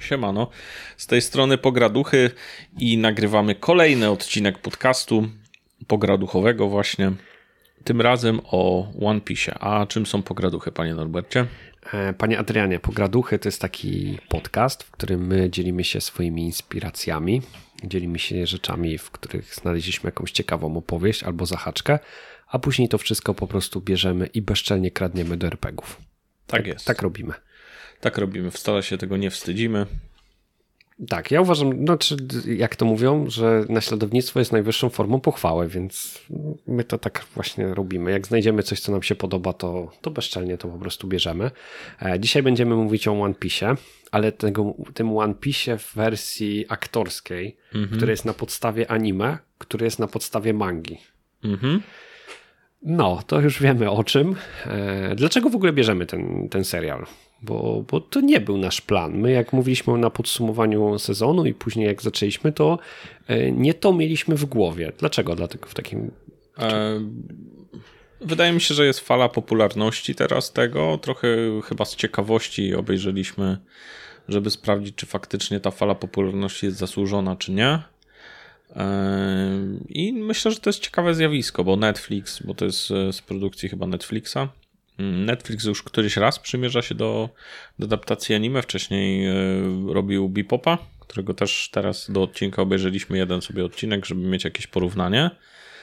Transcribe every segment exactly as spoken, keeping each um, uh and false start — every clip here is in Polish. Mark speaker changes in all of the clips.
Speaker 1: Siemano, z tej strony Pograduchy i nagrywamy kolejny odcinek podcastu pograduchowego właśnie, tym razem o One Piece. A czym są Pograduchy, panie Norbercie?
Speaker 2: Panie Adrianie, Pograduchy to jest taki podcast, w którym my dzielimy się swoimi inspiracjami, dzielimy się rzeczami, w których znaleźliśmy jakąś ciekawą opowieść albo zahaczkę, a później to wszystko po prostu bierzemy i bezczelnie kradniemy do er pe gie ów.
Speaker 1: Tak jest.
Speaker 2: Tak robimy.
Speaker 1: Tak robimy, wcale się tego nie wstydzimy.
Speaker 2: Tak, ja uważam, znaczy jak to mówią, że naśladownictwo jest najwyższą formą pochwały, więc my to tak właśnie robimy. Jak znajdziemy coś, co nam się podoba, to, to bezczelnie to po prostu bierzemy. Dzisiaj będziemy mówić o One Piece, ale tego, tym One Piece w wersji aktorskiej, mhm. który jest na podstawie anime, który jest na podstawie mangi. Mhm. No, to już wiemy o czym. Dlaczego w ogóle bierzemy ten, ten serial? Bo, bo to nie był nasz plan. My jak mówiliśmy na podsumowaniu sezonu i później jak zaczęliśmy, to nie to mieliśmy w głowie. Dlaczego? Dlatego w takim...
Speaker 1: E, wydaje mi się, że jest fala popularności teraz tego. Trochę chyba z ciekawości obejrzeliśmy, żeby sprawdzić, czy faktycznie ta fala popularności jest zasłużona, czy nie. E, I myślę, że to jest ciekawe zjawisko, bo Netflix, bo to jest z produkcji chyba Netflixa, Netflix już któryś raz przymierza się do, do adaptacji anime. Wcześniej y, robił Beepopa, którego też teraz do odcinka obejrzeliśmy jeden sobie odcinek, żeby mieć jakieś porównanie.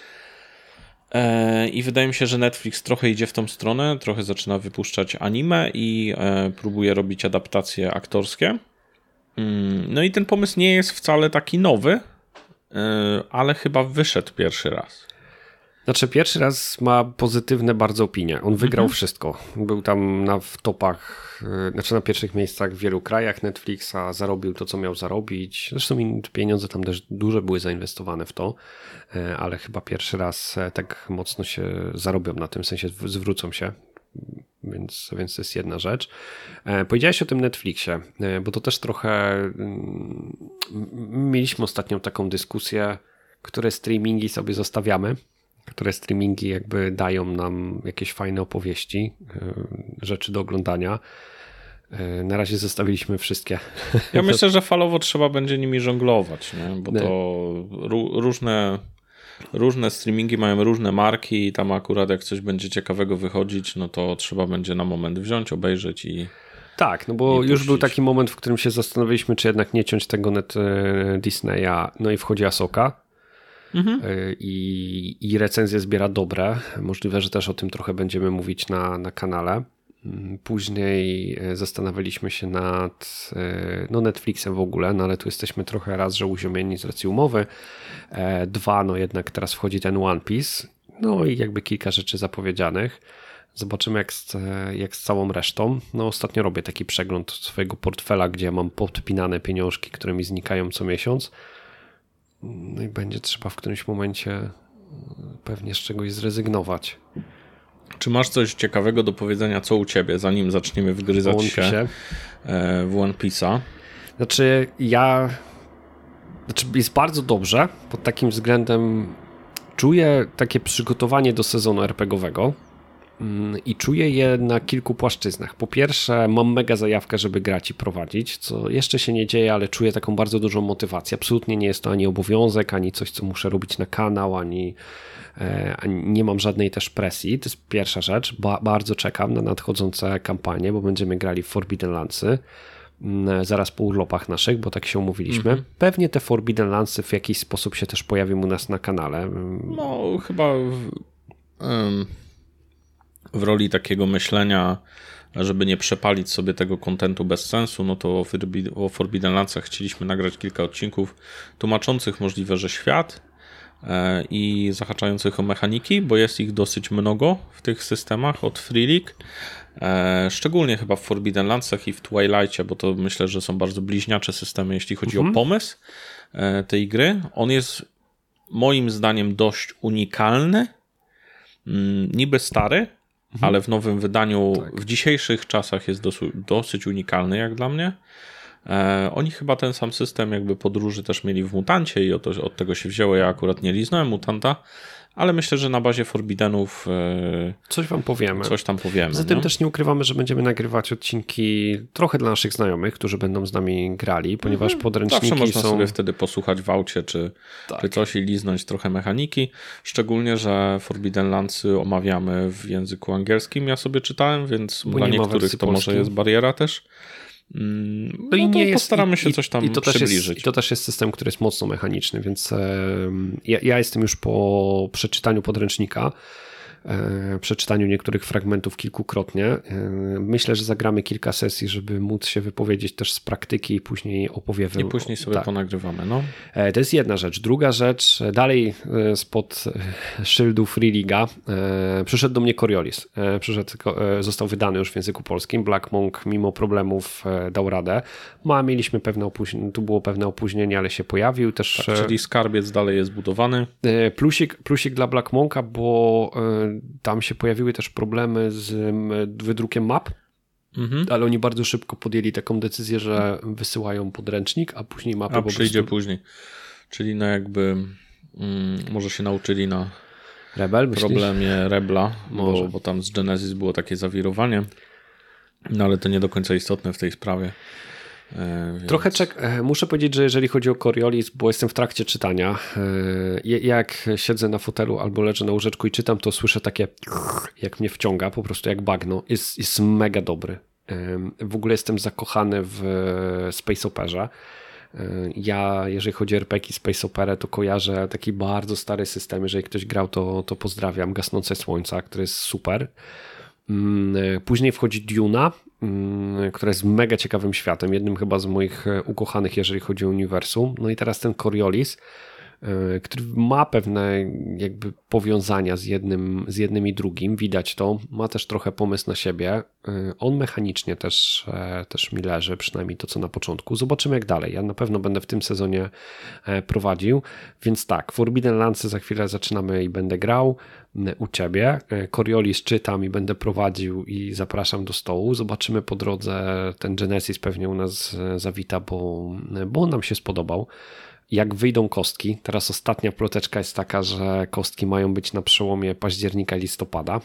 Speaker 1: E, I wydaje mi się, że Netflix trochę idzie w tą stronę, trochę zaczyna wypuszczać anime i e, próbuje robić adaptacje aktorskie. Mm, no i ten pomysł nie jest wcale taki nowy, y, ale chyba wyszedł pierwszy raz.
Speaker 2: Znaczy pierwszy raz ma pozytywne bardzo opinie. On wygrał mhm. wszystko. Był tam na w topach, znaczy na pierwszych miejscach w wielu krajach Netflixa, zarobił to, co miał zarobić. Zresztą pieniądze tam też duże były zainwestowane w to, ale chyba pierwszy raz tak mocno się zarobią na tym, w sensie zwrócą się. Więc, więc to jest jedna rzecz. Powiedziałeś o tym Netflixie, bo to też trochę mieliśmy ostatnią taką dyskusję, które streamingi sobie zostawiamy, które streamingi jakby dają nam jakieś fajne opowieści, rzeczy do oglądania. Na razie zostawiliśmy wszystkie.
Speaker 1: Ja myślę, że falowo trzeba będzie nimi żonglować, nie? Bo to różne, różne streamingi mają różne marki i tam akurat jak coś będzie ciekawego wychodzić, no to trzeba będzie na moment wziąć, obejrzeć i
Speaker 2: tak, no bo już był taki moment, w którym się zastanowiliśmy, czy jednak nie ciąć tego net Disneya, no i wchodzi Ahsoka. Mhm. I, i recenzje zbiera dobre. Możliwe, że też o tym trochę będziemy mówić na, na kanale. Później zastanawialiśmy się nad no Netflixem w ogóle, no ale tu jesteśmy trochę raz, że uziomieni z racji umowy. Dwa, no jednak teraz wchodzi ten One Piece. No i jakby kilka rzeczy zapowiedzianych. Zobaczymy jak z, jak z całą resztą. No ostatnio robię taki przegląd swojego portfela, gdzie mam podpinane pieniążki, które mi znikają co miesiąc. No i będzie trzeba w którymś momencie pewnie z czegoś zrezygnować.
Speaker 1: Czy masz coś ciekawego do powiedzenia, co u ciebie, zanim zaczniemy wgryzać się w One Piece'a?
Speaker 2: Znaczy ja... Znaczy jest bardzo dobrze, pod takim względem czuję takie przygotowanie do sezonu er pe gie owego i czuję je na kilku płaszczyznach. Po pierwsze mam mega zajawkę, żeby grać i prowadzić, co jeszcze się nie dzieje, ale czuję taką bardzo dużą motywację. Absolutnie nie jest to ani obowiązek, ani coś, co muszę robić na kanał, ani, e, ani nie mam żadnej też presji. To jest pierwsza rzecz. Ba- bardzo czekam na nadchodzące kampanie, bo będziemy grali w Forbidden Landsy zaraz po urlopach naszych, bo tak się umówiliśmy. Mhm. Pewnie te Forbidden Landsy w jakiś sposób się też pojawią u nas na kanale.
Speaker 1: No chyba w, um... w roli takiego myślenia, żeby nie przepalić sobie tego kontentu bez sensu, no to o Forbidden Landsach chcieliśmy nagrać kilka odcinków tłumaczących możliwe, że świat i zahaczających o mechaniki, bo jest ich dosyć mnogo w tych systemach od Free League. Szczególnie chyba w Forbidden Landsach i w Twilightie, bo to myślę, że są bardzo bliźniacze systemy, jeśli chodzi mhm. o pomysł tej gry. On jest moim zdaniem dość unikalny, niby stary, mhm. ale w nowym wydaniu tak. w dzisiejszych czasach jest dosyć, dosyć unikalny jak dla mnie. E, oni chyba ten sam system jakby podróży też mieli w Mutancie i od, od tego się wzięło. Ja akurat nie liznąłem Mutanta, ale myślę, że na bazie Forbiddenów e,
Speaker 2: coś wam powiemy.
Speaker 1: Coś tam powiemy.
Speaker 2: Zatem też nie ukrywamy, że będziemy nagrywać odcinki trochę dla naszych znajomych, którzy będą z nami grali, ponieważ mhm. podręczniki
Speaker 1: Zawsze można
Speaker 2: są...
Speaker 1: sobie wtedy posłuchać w aucie, czy, tak. czy coś i liznąć trochę mechaniki. Szczególnie, że Forbidden Landsy omawiamy w języku angielskim. Ja sobie czytałem, więc Bo dla niektórych to może jest bariera też. No, no i nie postaramy jest, się
Speaker 2: i,
Speaker 1: coś tam
Speaker 2: i to
Speaker 1: przybliżyć.
Speaker 2: Też jest, I to też jest system, który jest mocno mechaniczny, więc e, ja, ja jestem już po przeczytaniu podręcznika, e, przeczytaniu niektórych fragmentów kilkukrotnie. E, myślę, że zagramy kilka sesji, żeby móc się wypowiedzieć też z praktyki i później opowiemy.
Speaker 1: I później sobie tak. ponagrywamy. No.
Speaker 2: E, to jest jedna rzecz. Druga rzecz, dalej e, spod szyldu Free League'a e, przyszedł do mnie Coriolis. E, przyszedł, e, został wydany już w języku polskim. Black Monk mimo problemów e, dał radę. Ma, mieliśmy pewne opóźnienie, tu było pewne opóźnienie, ale się pojawił też.
Speaker 1: Tak, czyli skarbiec dalej jest budowany.
Speaker 2: E, plusik, plusik dla Black Monka, bo e, tam się pojawiły też problemy z e, wydrukiem map. Mhm. Ale oni bardzo szybko podjęli taką decyzję, że wysyłają podręcznik, a później mapę
Speaker 1: a
Speaker 2: po
Speaker 1: przyjdzie
Speaker 2: prostu...
Speaker 1: później. Czyli no jakby mm, może się nauczyli na
Speaker 2: Rebel,
Speaker 1: problemie myślisz? Rebla, bo, bo tam z Genesis było takie zawirowanie. No ale to nie do końca istotne w tej sprawie. E, więc...
Speaker 2: Trochę czek... Muszę powiedzieć, że jeżeli chodzi o Coriolis, bo jestem w trakcie czytania, e, jak siedzę na fotelu albo leżę na łóżeczku i czytam, to słyszę takie jak mnie wciąga, po prostu jak bagno. Jest, jest mega dobry. E, w ogóle jestem zakochany w Space Operze. Ja, jeżeli chodzi o er pe gie i Space Operę, to kojarzę taki bardzo stary system. Jeżeli ktoś grał, to, to pozdrawiam. Gasnące Słońca, który jest super. Później wchodzi Duna, która jest mega ciekawym światem. Jednym chyba z moich ukochanych, jeżeli chodzi o uniwersum. No i teraz ten Coriolis, który ma pewne jakby powiązania z jednym, z jednym i drugim. Widać to. Ma też trochę pomysł na siebie. On mechanicznie też, też mi leży, przynajmniej to, co na początku. Zobaczymy jak dalej. Ja na pewno będę w tym sezonie prowadził. Więc tak, Forbidden Landsy za chwilę zaczynamy i będę grał u ciebie. Coriolis czytam i będę prowadził i zapraszam do stołu. Zobaczymy po drodze. Ten Genesis pewnie u nas zawita, bo, bo on nam się spodobał. Jak wyjdą kostki, teraz ostatnia ploteczka jest taka, że kostki mają być na przełomie października i listopada.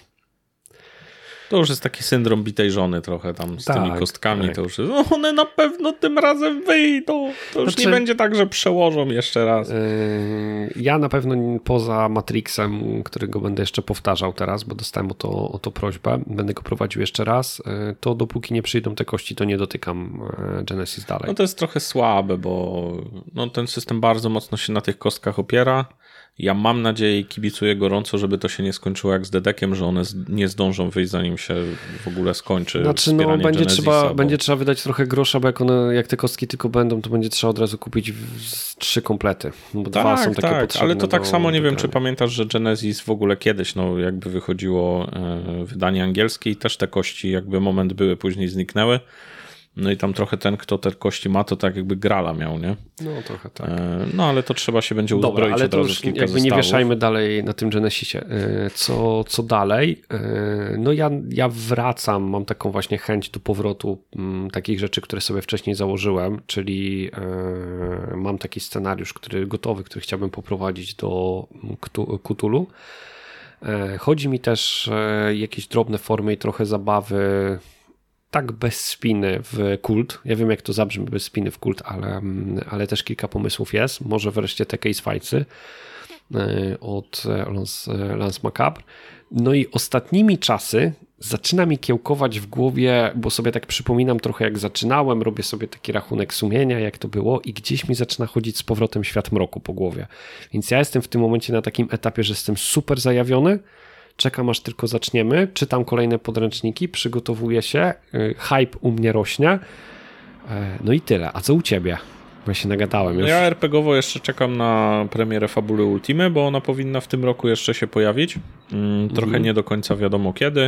Speaker 1: To już jest taki syndrom bitej żony trochę tam z tak, tymi kostkami. Tak. To już jest, no one na pewno tym razem wyjdą. To już znaczy, nie będzie tak, że przełożą jeszcze raz.
Speaker 2: Yy, ja na pewno poza Matrixem, którego będę jeszcze powtarzał teraz, bo dostałem o to, o to prośbę, będę go prowadził jeszcze raz, yy, to dopóki nie przyjdą te kości, to nie dotykam yy, Genesis dalej.
Speaker 1: No to jest trochę słabe, bo no, ten system bardzo mocno się na tych kostkach opiera. Ja mam nadzieję i kibicuję gorąco, żeby to się nie skończyło jak z Dedekiem, że one nie zdążą wyjść, zanim się w ogóle skończy.
Speaker 2: Znaczy, no, będzie, trzeba, bo... będzie trzeba wydać trochę grosza, bo jak, one, jak te kostki tylko będą, to będzie trzeba od razu kupić trzy komplety. Bo
Speaker 1: tak,
Speaker 2: dwa są takie
Speaker 1: tak,
Speaker 2: potrzebne.
Speaker 1: Ale to tak
Speaker 2: do,
Speaker 1: samo nie
Speaker 2: do
Speaker 1: wiem,
Speaker 2: grania.
Speaker 1: czy pamiętasz, że Genesis w ogóle kiedyś, no jakby wychodziło e, wydanie angielskie i też te kości jakby moment były, później zniknęły. No i tam trochę ten, kto te kości ma, to tak jakby Grala miał, nie?
Speaker 2: No trochę tak.
Speaker 1: No ale to trzeba się będzie uzbroić.
Speaker 2: Dobra, ale
Speaker 1: od
Speaker 2: to
Speaker 1: razu
Speaker 2: już
Speaker 1: kilka
Speaker 2: jakby
Speaker 1: zestawów.
Speaker 2: nie wieszajmy dalej na tym Genesisie. Co, co dalej? No ja, ja wracam, mam taką właśnie chęć do powrotu m, takich rzeczy, które sobie wcześniej założyłem, czyli e, mam taki scenariusz, który gotowy, który chciałbym poprowadzić do Cthulhu. E, chodzi mi też e, jakieś drobne formy i trochę zabawy tak bez spiny w kult. Ja wiem, jak to zabrzmi bez spiny w kult, ale, ale też kilka pomysłów jest. Może wreszcie te case fightsy od Lance, Lance Macabre. No i ostatnimi czasy zaczyna mi kiełkować w głowie, bo sobie tak przypominam trochę jak zaczynałem, robię sobie taki rachunek sumienia, jak to było i gdzieś mi zaczyna chodzić z powrotem Świat Mroku po głowie. Więc ja jestem w tym momencie na takim etapie, że jestem super zajawiony. Czekam aż tylko zaczniemy, czytam kolejne podręczniki, przygotowuję się, hype u mnie rośnie, no i tyle. A co u ciebie? Bo ja się nagadałem już.
Speaker 1: Ja er pe gie owo jeszcze czekam na premierę Fabuły Ultimy, bo ona powinna w tym roku jeszcze się pojawić. Trochę mhm. nie do końca wiadomo kiedy,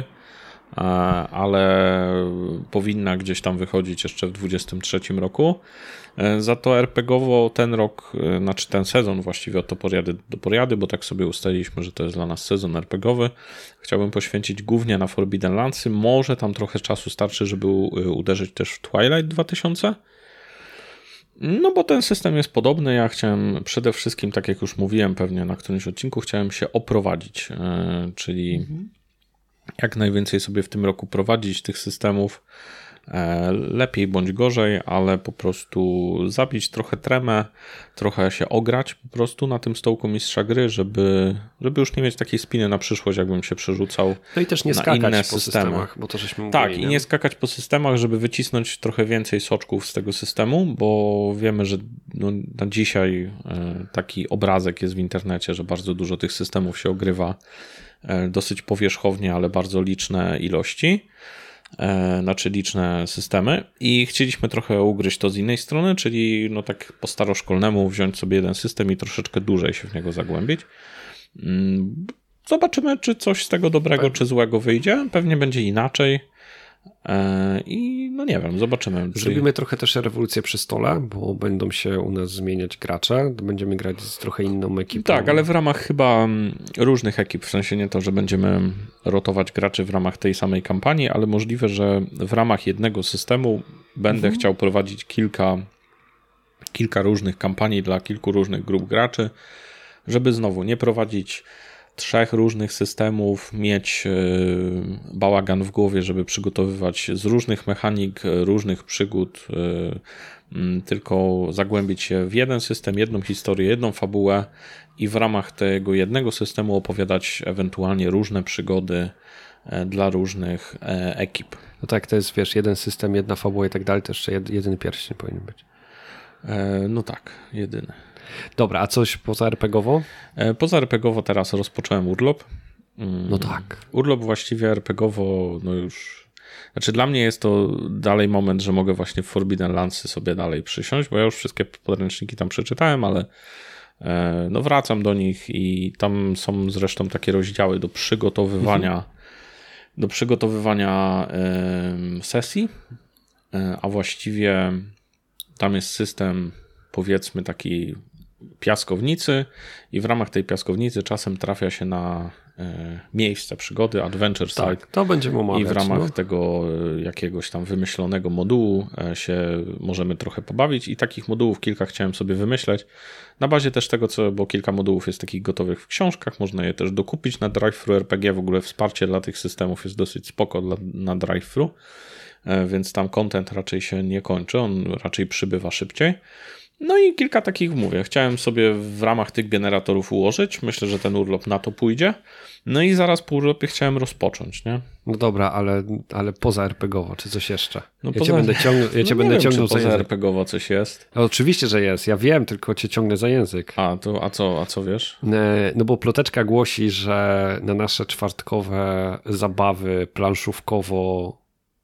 Speaker 1: ale powinna gdzieś tam wychodzić jeszcze w dwudziestym trzecim roku. Za to er pe gie owo ten rok, znaczy ten sezon właściwie od Toporiady do Poriady, bo tak sobie ustaliliśmy, że to jest dla nas sezon er pe gie owy. Chciałbym poświęcić głównie na Forbidden Landsy. Może tam trochę czasu starczy, żeby uderzyć też w Twilight dwa tysiące. No bo ten system jest podobny. Ja chciałem przede wszystkim, tak jak już mówiłem pewnie na którymś odcinku, chciałem się oprowadzić, czyli mhm. jak najwięcej sobie w tym roku prowadzić tych systemów, lepiej bądź gorzej, ale po prostu zabić trochę tremę, trochę się ograć po prostu na tym stołku mistrza gry, żeby, żeby już nie mieć takiej spiny na przyszłość, jakbym się przerzucał.
Speaker 2: No i też nie
Speaker 1: na
Speaker 2: skakać
Speaker 1: inne
Speaker 2: po
Speaker 1: systemy.
Speaker 2: systemach, bo to żeśmy mówili.
Speaker 1: Tak, i nie skakać po systemach, żeby wycisnąć trochę więcej soczków z tego systemu, bo wiemy, że no, na dzisiaj taki obrazek jest w internecie, że bardzo dużo tych systemów się ogrywa dosyć powierzchownie, ale bardzo liczne ilości. Znaczy liczne systemy i chcieliśmy trochę ugryźć to z innej strony, czyli no tak po staroszkolnemu wziąć sobie jeden system i troszeczkę dłużej się w niego zagłębić. Zobaczymy, czy coś z tego dobrego, czy złego wyjdzie. Pewnie będzie inaczej i no nie wiem, zobaczymy.
Speaker 2: Zrobimy czy... trochę też rewolucję przy stole, bo będą się u nas zmieniać gracze, będziemy grać z trochę inną ekipą.
Speaker 1: Tak, ale w ramach chyba różnych ekip, w sensie nie to, że będziemy rotować graczy w ramach tej samej kampanii, ale możliwe, że w ramach jednego systemu będę mhm. chciał prowadzić kilka, kilka różnych kampanii dla kilku różnych grup graczy, żeby znowu nie prowadzić trzech różnych systemów, mieć bałagan w głowie, żeby przygotowywać z różnych mechanik, różnych przygód, tylko zagłębić się w jeden system, jedną historię, jedną fabułę i w ramach tego jednego systemu opowiadać ewentualnie różne przygody dla różnych ekip.
Speaker 2: No tak, to jest, wiesz, jeden system, jedna fabuła i tak dalej, to jeszcze jedyny pierścień powinien być.
Speaker 1: No tak, jedyny.
Speaker 2: Dobra, a coś poza er pe gie owo?
Speaker 1: Poza er pe gie owo teraz rozpocząłem urlop.
Speaker 2: No tak.
Speaker 1: Urlop właściwie er pe gie owo, no już... Znaczy dla mnie jest to dalej moment, że mogę właśnie w Forbidden Landsy sobie dalej przysiąść, bo ja już wszystkie podręczniki tam przeczytałem, ale no wracam do nich i tam są zresztą takie rozdziały do przygotowywania mhm. do przygotowywania sesji, a właściwie tam jest system, powiedzmy taki piaskownicy i w ramach tej piaskownicy czasem trafia się na e, miejsce przygody, adventure site.
Speaker 2: Tak, to będziemy omawiać.
Speaker 1: I w ramach
Speaker 2: no.
Speaker 1: tego jakiegoś tam wymyślonego modułu e, się możemy trochę pobawić i takich modułów kilka chciałem sobie wymyśleć. Na bazie też tego, co, bo kilka modułów jest takich gotowych w książkach, można je też dokupić na drive-thru er pe gie, w ogóle wsparcie dla tych systemów jest dosyć spoko dla, na drive-thru, e, więc tam content raczej się nie kończy, on raczej przybywa szybciej. No i kilka takich, mówię, chciałem sobie w ramach tych generatorów ułożyć. Myślę, że ten urlop na to pójdzie. No i zaraz po urlopie chciałem rozpocząć, nie?
Speaker 2: No dobra, ale, ale poza er pe gie owo, czy coś jeszcze?
Speaker 1: No
Speaker 2: ja
Speaker 1: poza...
Speaker 2: cię będę, ciągnął, ja cię
Speaker 1: no
Speaker 2: będę
Speaker 1: wiem,
Speaker 2: ciągnął
Speaker 1: czy
Speaker 2: za
Speaker 1: poza
Speaker 2: język.
Speaker 1: er pe gie owo coś jest.
Speaker 2: No, oczywiście, że jest. Ja wiem, tylko cię ciągnę za język.
Speaker 1: A, to, a, co, a co wiesz?
Speaker 2: No bo ploteczka głosi, że na nasze czwartkowe zabawy planszówkowo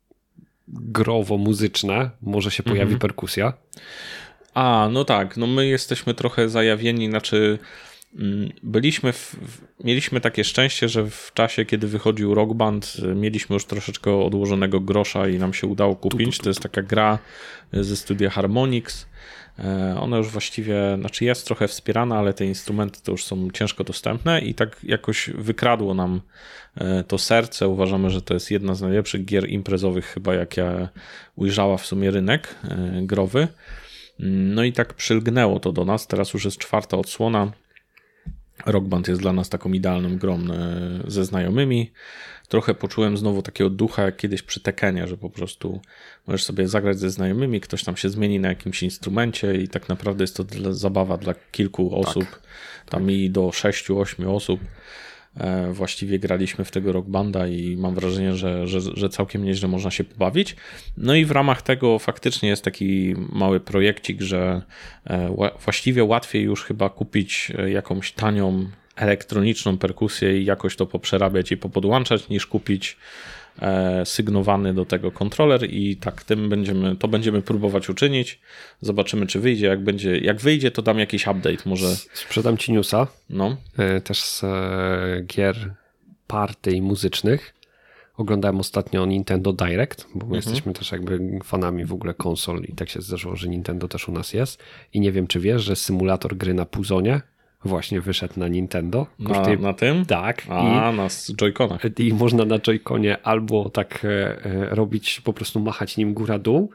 Speaker 2: growo-muzyczne może się pojawi mhm. perkusja.
Speaker 1: A, no tak, no my jesteśmy trochę zajawieni, znaczy byliśmy, w, mieliśmy takie szczęście, że w czasie, kiedy wychodził Rock Band, mieliśmy już troszeczkę odłożonego grosza i nam się udało kupić. To jest taka gra ze studia Harmonix. Ona już właściwie, znaczy jest trochę wspierana, ale te instrumenty to już są ciężko dostępne i tak jakoś wykradło nam to serce. Uważamy, że to jest jedna z najlepszych gier imprezowych chyba, jak ja ujrzała w sumie rynek growy. No i tak przylgnęło to do nas. Teraz już jest czwarta odsłona. Rock Band jest dla nas taką idealną grą ze znajomymi. Trochę poczułem znowu takiego ducha jak kiedyś przy Tekkenie, że po prostu możesz sobie zagrać ze znajomymi, ktoś tam się zmieni na jakimś instrumencie i tak naprawdę jest to dla, zabawa dla kilku osób. Tak, tam tak. I do sześciu, ośmiu osób. Właściwie graliśmy w tego Rock Banda i mam wrażenie, że, że, że całkiem nieźle można się pobawić. No i w ramach tego faktycznie jest taki mały projekcik, że właściwie łatwiej już chyba kupić jakąś tanią elektroniczną perkusję i jakoś to poprzerabiać i popodłączać, niż kupić sygnowany do tego kontroler i tak tym będziemy, to będziemy próbować uczynić. Zobaczymy, czy wyjdzie. Jak będzie, jak wyjdzie, to dam jakiś update może.
Speaker 2: Sprzedam ci newsa.
Speaker 1: No.
Speaker 2: Też z gier party i muzycznych. Oglądałem ostatnio Nintendo Direct, bo my mhm. jesteśmy też jakby fanami w ogóle konsol i tak się zdarzyło, że Nintendo też u nas jest. I nie wiem, czy wiesz, że symulator gry na Puzonie właśnie wyszedł na Nintendo.
Speaker 1: Kosztuje... Na, na tym?
Speaker 2: Tak.
Speaker 1: A, i, na Joy-Conach.
Speaker 2: I można na Joy-Conie albo tak e, robić, po prostu machać nim góra-dół,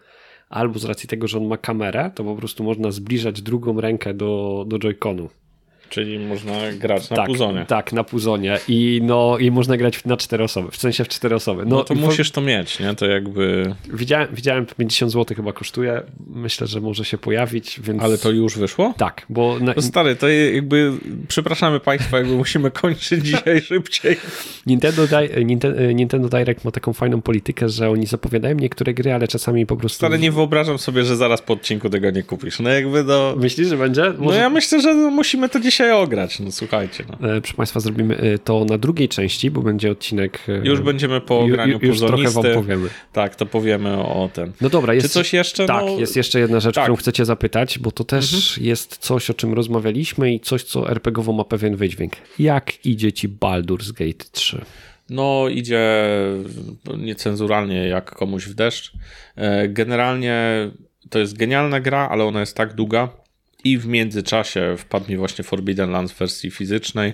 Speaker 2: albo z racji tego, że on ma kamerę, to po prostu można zbliżać drugą rękę do, do Joy-Conu.
Speaker 1: Czyli można grać na
Speaker 2: tak,
Speaker 1: puzonie.
Speaker 2: Tak, na puzonie i, no, i można grać na cztery osoby, w sensie w cztery osoby.
Speaker 1: No, no to musisz to mieć, nie? To jakby...
Speaker 2: Widziałem, widziałem pięćdziesiąt złotych chyba kosztuje, myślę, że może się pojawić, więc...
Speaker 1: Ale to już wyszło?
Speaker 2: Tak, bo... Na...
Speaker 1: No stary, to jakby, przepraszamy Państwa, jakby musimy kończyć dzisiaj szybciej.
Speaker 2: Nintendo, Di- Nintendo, Nintendo Direct ma taką fajną politykę, że oni zapowiadają niektóre gry, ale czasami po prostu...
Speaker 1: Stary, nie wyobrażam sobie, że zaraz po odcinku tego nie kupisz. No jakby do...
Speaker 2: Myślisz, że będzie?
Speaker 1: Może... No ja myślę, że musimy to dzisiaj ograć, no słuchajcie. No.
Speaker 2: Proszę Państwa, zrobimy to na drugiej części, bo będzie odcinek...
Speaker 1: Już będziemy po ograniu
Speaker 2: ju, Już trochę wam powiemy.
Speaker 1: Tak, to powiemy o tym.
Speaker 2: No dobra, jest...
Speaker 1: Czy coś jeszcze?
Speaker 2: Tak,
Speaker 1: no...
Speaker 2: jest jeszcze jedna rzecz,
Speaker 1: tak.
Speaker 2: którą chcecie zapytać, bo to też
Speaker 1: mhm.
Speaker 2: jest coś, o czym rozmawialiśmy i coś, co er pe gie owo ma pewien wydźwięk. Jak idzie Ci Baldur's Gate trzy?
Speaker 1: No idzie niecenzuralnie jak komuś w deszcz. Generalnie to jest genialna gra, ale ona jest tak długa i w międzyczasie wpadł mi właśnie Forbidden Lands w wersji fizycznej,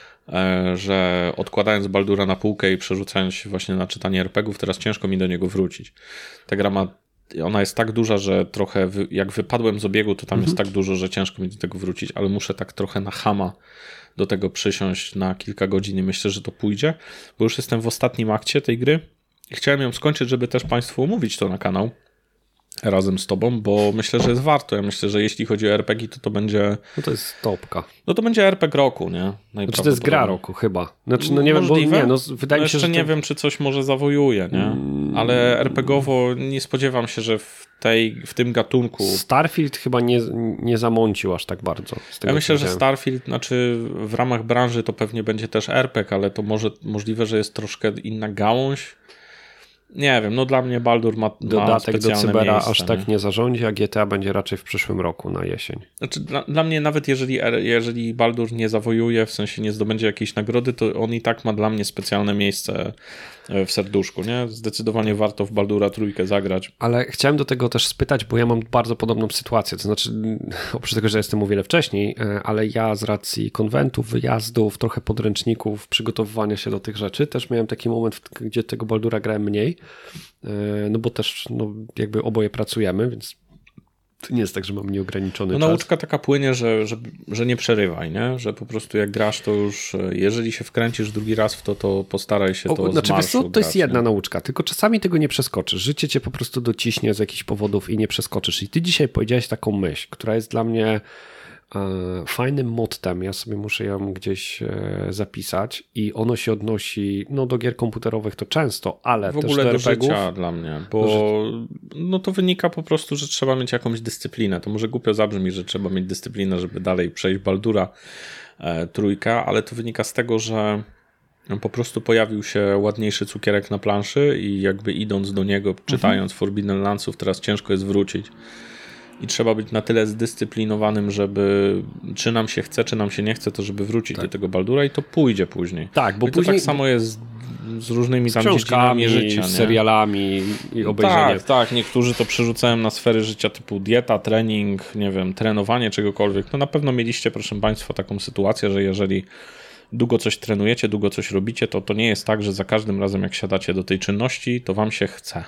Speaker 1: że odkładając Baldura na półkę i przerzucając się właśnie na czytanie er pe gie ów, teraz ciężko mi do niego wrócić. Ta gra ma, ona jest tak duża, że trochę wy, jak wypadłem z obiegu, to tam mhm. jest tak dużo, że ciężko mi do tego wrócić, ale muszę tak trochę na chama do tego przysiąść na kilka godzin i myślę, że to pójdzie, bo już jestem w ostatnim akcie tej gry i chciałem ją skończyć, żeby też Państwu omówić to na kanał razem z Tobą, bo myślę, że jest warto. Ja myślę, że jeśli chodzi o er pe gie, to to będzie...
Speaker 2: No to jest topka.
Speaker 1: No to będzie er pe gie roku, nie?
Speaker 2: Znaczy to jest gra roku chyba. Znaczy, no nie
Speaker 1: Możliwe.
Speaker 2: wiem, bo nie, no wydaje
Speaker 1: no
Speaker 2: mi się,
Speaker 1: jeszcze
Speaker 2: że...
Speaker 1: nie
Speaker 2: to...
Speaker 1: wiem, czy coś może zawojuje, nie? Ale er pe gie owo nie spodziewam się, że w, tej, w tym gatunku...
Speaker 2: Starfield chyba nie, nie zamącił aż tak bardzo. Z tego,
Speaker 1: ja myślę, że
Speaker 2: widziałem.
Speaker 1: Starfield, znaczy w ramach branży to pewnie będzie też er pe gie, ale to może możliwe, że jest troszkę inna gałąź. Nie wiem, no dla mnie Baldur ma,
Speaker 2: dodatek
Speaker 1: ma
Speaker 2: do Cybera
Speaker 1: miejsce,
Speaker 2: aż
Speaker 1: nie?
Speaker 2: tak nie zarządzi, a G T A będzie raczej w przyszłym roku na jesień.
Speaker 1: Znaczy dla, dla mnie nawet jeżeli, jeżeli Baldur nie zawojuje, w sensie nie zdobędzie jakiejś nagrody, to on i tak ma dla mnie specjalne miejsce w serduszku, nie? Zdecydowanie warto w Baldura trójkę zagrać.
Speaker 2: Ale chciałem do tego też spytać, bo ja mam bardzo podobną sytuację, to znaczy oprócz tego, że jestem o wiele wcześniej, ale ja z racji konwentów, wyjazdów, trochę podręczników, przygotowywania się do tych rzeczy, też miałem taki moment, gdzie tego Baldura grałem mniej, no bo też no, jakby oboje pracujemy, więc to nie jest tak, że mam nieograniczony
Speaker 1: no,
Speaker 2: czas.
Speaker 1: Nauczka taka płynie, że, że, że nie przerywaj, nie? Że po prostu jak grasz, to już jeżeli się wkręcisz drugi raz w to, to postaraj się to o,
Speaker 2: znaczy,
Speaker 1: z marszu
Speaker 2: wiesz co, to
Speaker 1: grać,
Speaker 2: jest jedna
Speaker 1: nie?
Speaker 2: nauczka, tylko czasami tego nie przeskoczysz. Życie cię po prostu dociśnie z jakichś powodów i nie przeskoczysz. I ty dzisiaj powiedziałeś taką myśl, która jest dla mnie e, fajnym mottem. Ja sobie muszę ją gdzieś e, zapisać i ono się odnosi no, do gier komputerowych to często, ale
Speaker 1: w
Speaker 2: też
Speaker 1: ogóle
Speaker 2: do
Speaker 1: do
Speaker 2: er pe gie ów.
Speaker 1: życia dla mnie, bo no to wynika po prostu, że trzeba mieć jakąś dyscyplinę. To może głupio zabrzmi, że trzeba mieć dyscyplinę, żeby dalej przejść Baldura e, trójka, ale to wynika z tego, że po prostu pojawił się ładniejszy cukierek na planszy i jakby idąc do niego, czytając mhm. Forbidden Landsów, teraz ciężko jest wrócić. I trzeba być na tyle zdyscyplinowanym, żeby czy nam się chce, czy nam się nie chce, to żeby wrócić tak. do tego Baldura i to pójdzie później.
Speaker 2: Tak, bo
Speaker 1: I
Speaker 2: później...
Speaker 1: to tak samo jest z różnymi
Speaker 2: z
Speaker 1: tam dziedzinami życia.
Speaker 2: Z serialami i obejrzenie.
Speaker 1: Tak, tak. Niektórzy to przerzucają na sfery życia typu dieta, trening, nie wiem, trenowanie czegokolwiek. No na pewno mieliście, proszę Państwa, taką sytuację, że jeżeli długo coś trenujecie, długo coś robicie, to to nie jest tak, że za każdym razem jak siadacie do tej czynności, to wam się chce.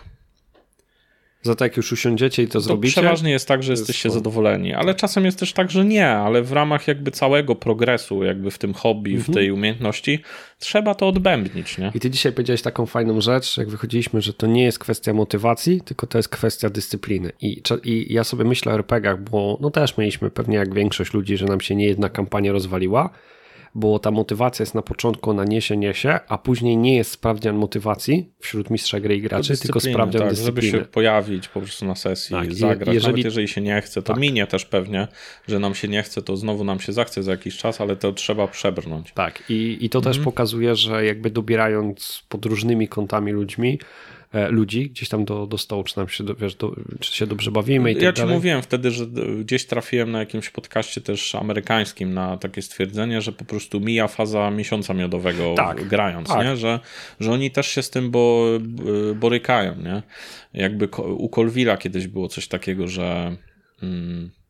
Speaker 2: Za to jak już usiądziecie i to, to zrobicie?
Speaker 1: Przeważnie jest tak, że jesteście zadowoleni, ale czasem jest też tak, że nie, ale w ramach jakby całego progresu, jakby w tym hobby, mhm. w tej umiejętności, trzeba to odbębnić, nie?
Speaker 2: I ty dzisiaj powiedziałeś taką fajną rzecz, jak wychodziliśmy, że to nie jest kwestia motywacji, tylko to jest kwestia dyscypliny. I, i ja sobie myślę o er pe gie ach, bo no też mieliśmy pewnie jak większość ludzi, że nam się nie jedna kampania rozwaliła, bo ta motywacja jest na początku, ona niesie, niesie, a później nie jest sprawdzian motywacji wśród mistrza gry i graczy, tylko sprawdzian
Speaker 1: tak,
Speaker 2: dyscypliny.
Speaker 1: Żeby się pojawić po prostu na sesji,
Speaker 2: tak,
Speaker 1: zagrać.
Speaker 2: jeżeli...
Speaker 1: Nawet jeżeli się nie chce, to tak. minie też pewnie, że nam się nie chce, to znowu nam się zachce za jakiś czas, ale to trzeba przebrnąć.
Speaker 2: Tak, i, i to mhm. też pokazuje, że jakby dobierając pod różnymi kątami ludźmi, ludzi gdzieś tam do, do stołu, czy nam się, wiesz, do, czy się dobrze bawimy i tak
Speaker 1: Ja ci
Speaker 2: dalej.
Speaker 1: mówiłem wtedy, że gdzieś trafiłem na jakimś podcaście też amerykańskim na takie stwierdzenie, że po prostu mija faza miesiąca miodowego tak, grając, tak. nie? Że, że oni też się z tym bo, borykają, nie? Jakby u Colville'a kiedyś było coś takiego, że mm,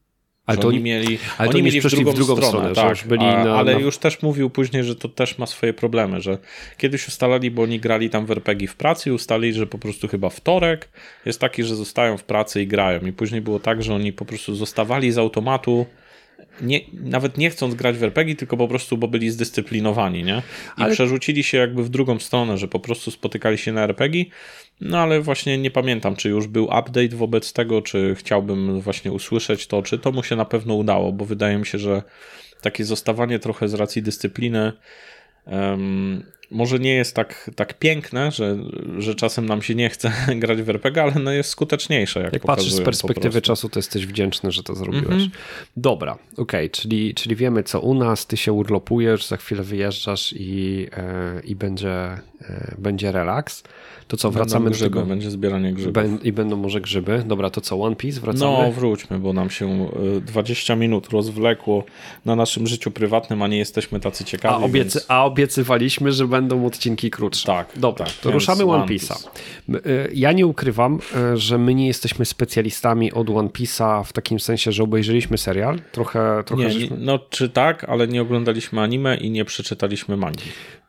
Speaker 2: Ale to
Speaker 1: oni mieli,
Speaker 2: ale
Speaker 1: oni
Speaker 2: to
Speaker 1: mieli w drugą, w drugą stronę, stronę
Speaker 2: tak,
Speaker 1: że
Speaker 2: byli
Speaker 1: a,
Speaker 2: na,
Speaker 1: ale
Speaker 2: na...
Speaker 1: już też mówił później, że to też ma swoje problemy, że kiedyś ustalali, bo oni grali tam w er pe gie w pracy i ustalili, że po prostu chyba wtorek jest taki, że zostają w pracy i grają i później było tak, że oni po prostu zostawali z automatu Nie, nawet nie chcąc grać w er pe gie, tylko po prostu, bo byli zdyscyplinowani, nie? I ale... przerzucili się jakby w drugą stronę, że po prostu spotykali się na er pe gie, no ale właśnie nie pamiętam, czy już był update wobec tego, czy chciałbym właśnie usłyszeć to, czy to mu się na pewno udało, bo wydaje mi się, że takie zostawanie trochę z racji dyscypliny um, może nie jest tak, tak piękne, że, że czasem nam się nie chce grać w er pe gie, ale no jest skuteczniejsze. Jak,
Speaker 2: jak patrzysz z perspektywy czasu, to jesteś wdzięczny, że to zrobiłeś. Mm-hmm. Dobra, okej, okay, czyli, czyli wiemy co u nas, ty się urlopujesz, za chwilę wyjeżdżasz i, e, i będzie, e, będzie relaks. To co, wracamy
Speaker 1: będą grzyby,
Speaker 2: do tego?
Speaker 1: Będzie zbieranie grzybów.
Speaker 2: Ben, I będą może grzyby. Dobra, to co, One Piece, wracamy?
Speaker 1: No, wróćmy, bo nam się dwadzieścia minut rozwlekło na naszym życiu prywatnym, a nie jesteśmy tacy ciekawi.
Speaker 2: A, obiecy,
Speaker 1: więc...
Speaker 2: a obiecywaliśmy, że będą odcinki krótsze.
Speaker 1: Tak.
Speaker 2: Dobra,
Speaker 1: tak,
Speaker 2: to ruszamy One Piece'a. Ja nie ukrywam, że my nie jesteśmy specjalistami od One Piece'a w takim sensie, że obejrzeliśmy serial. Trochę, trochę
Speaker 1: nie,
Speaker 2: żeśmy...
Speaker 1: no czy tak, ale nie oglądaliśmy anime i nie przeczytaliśmy mangi.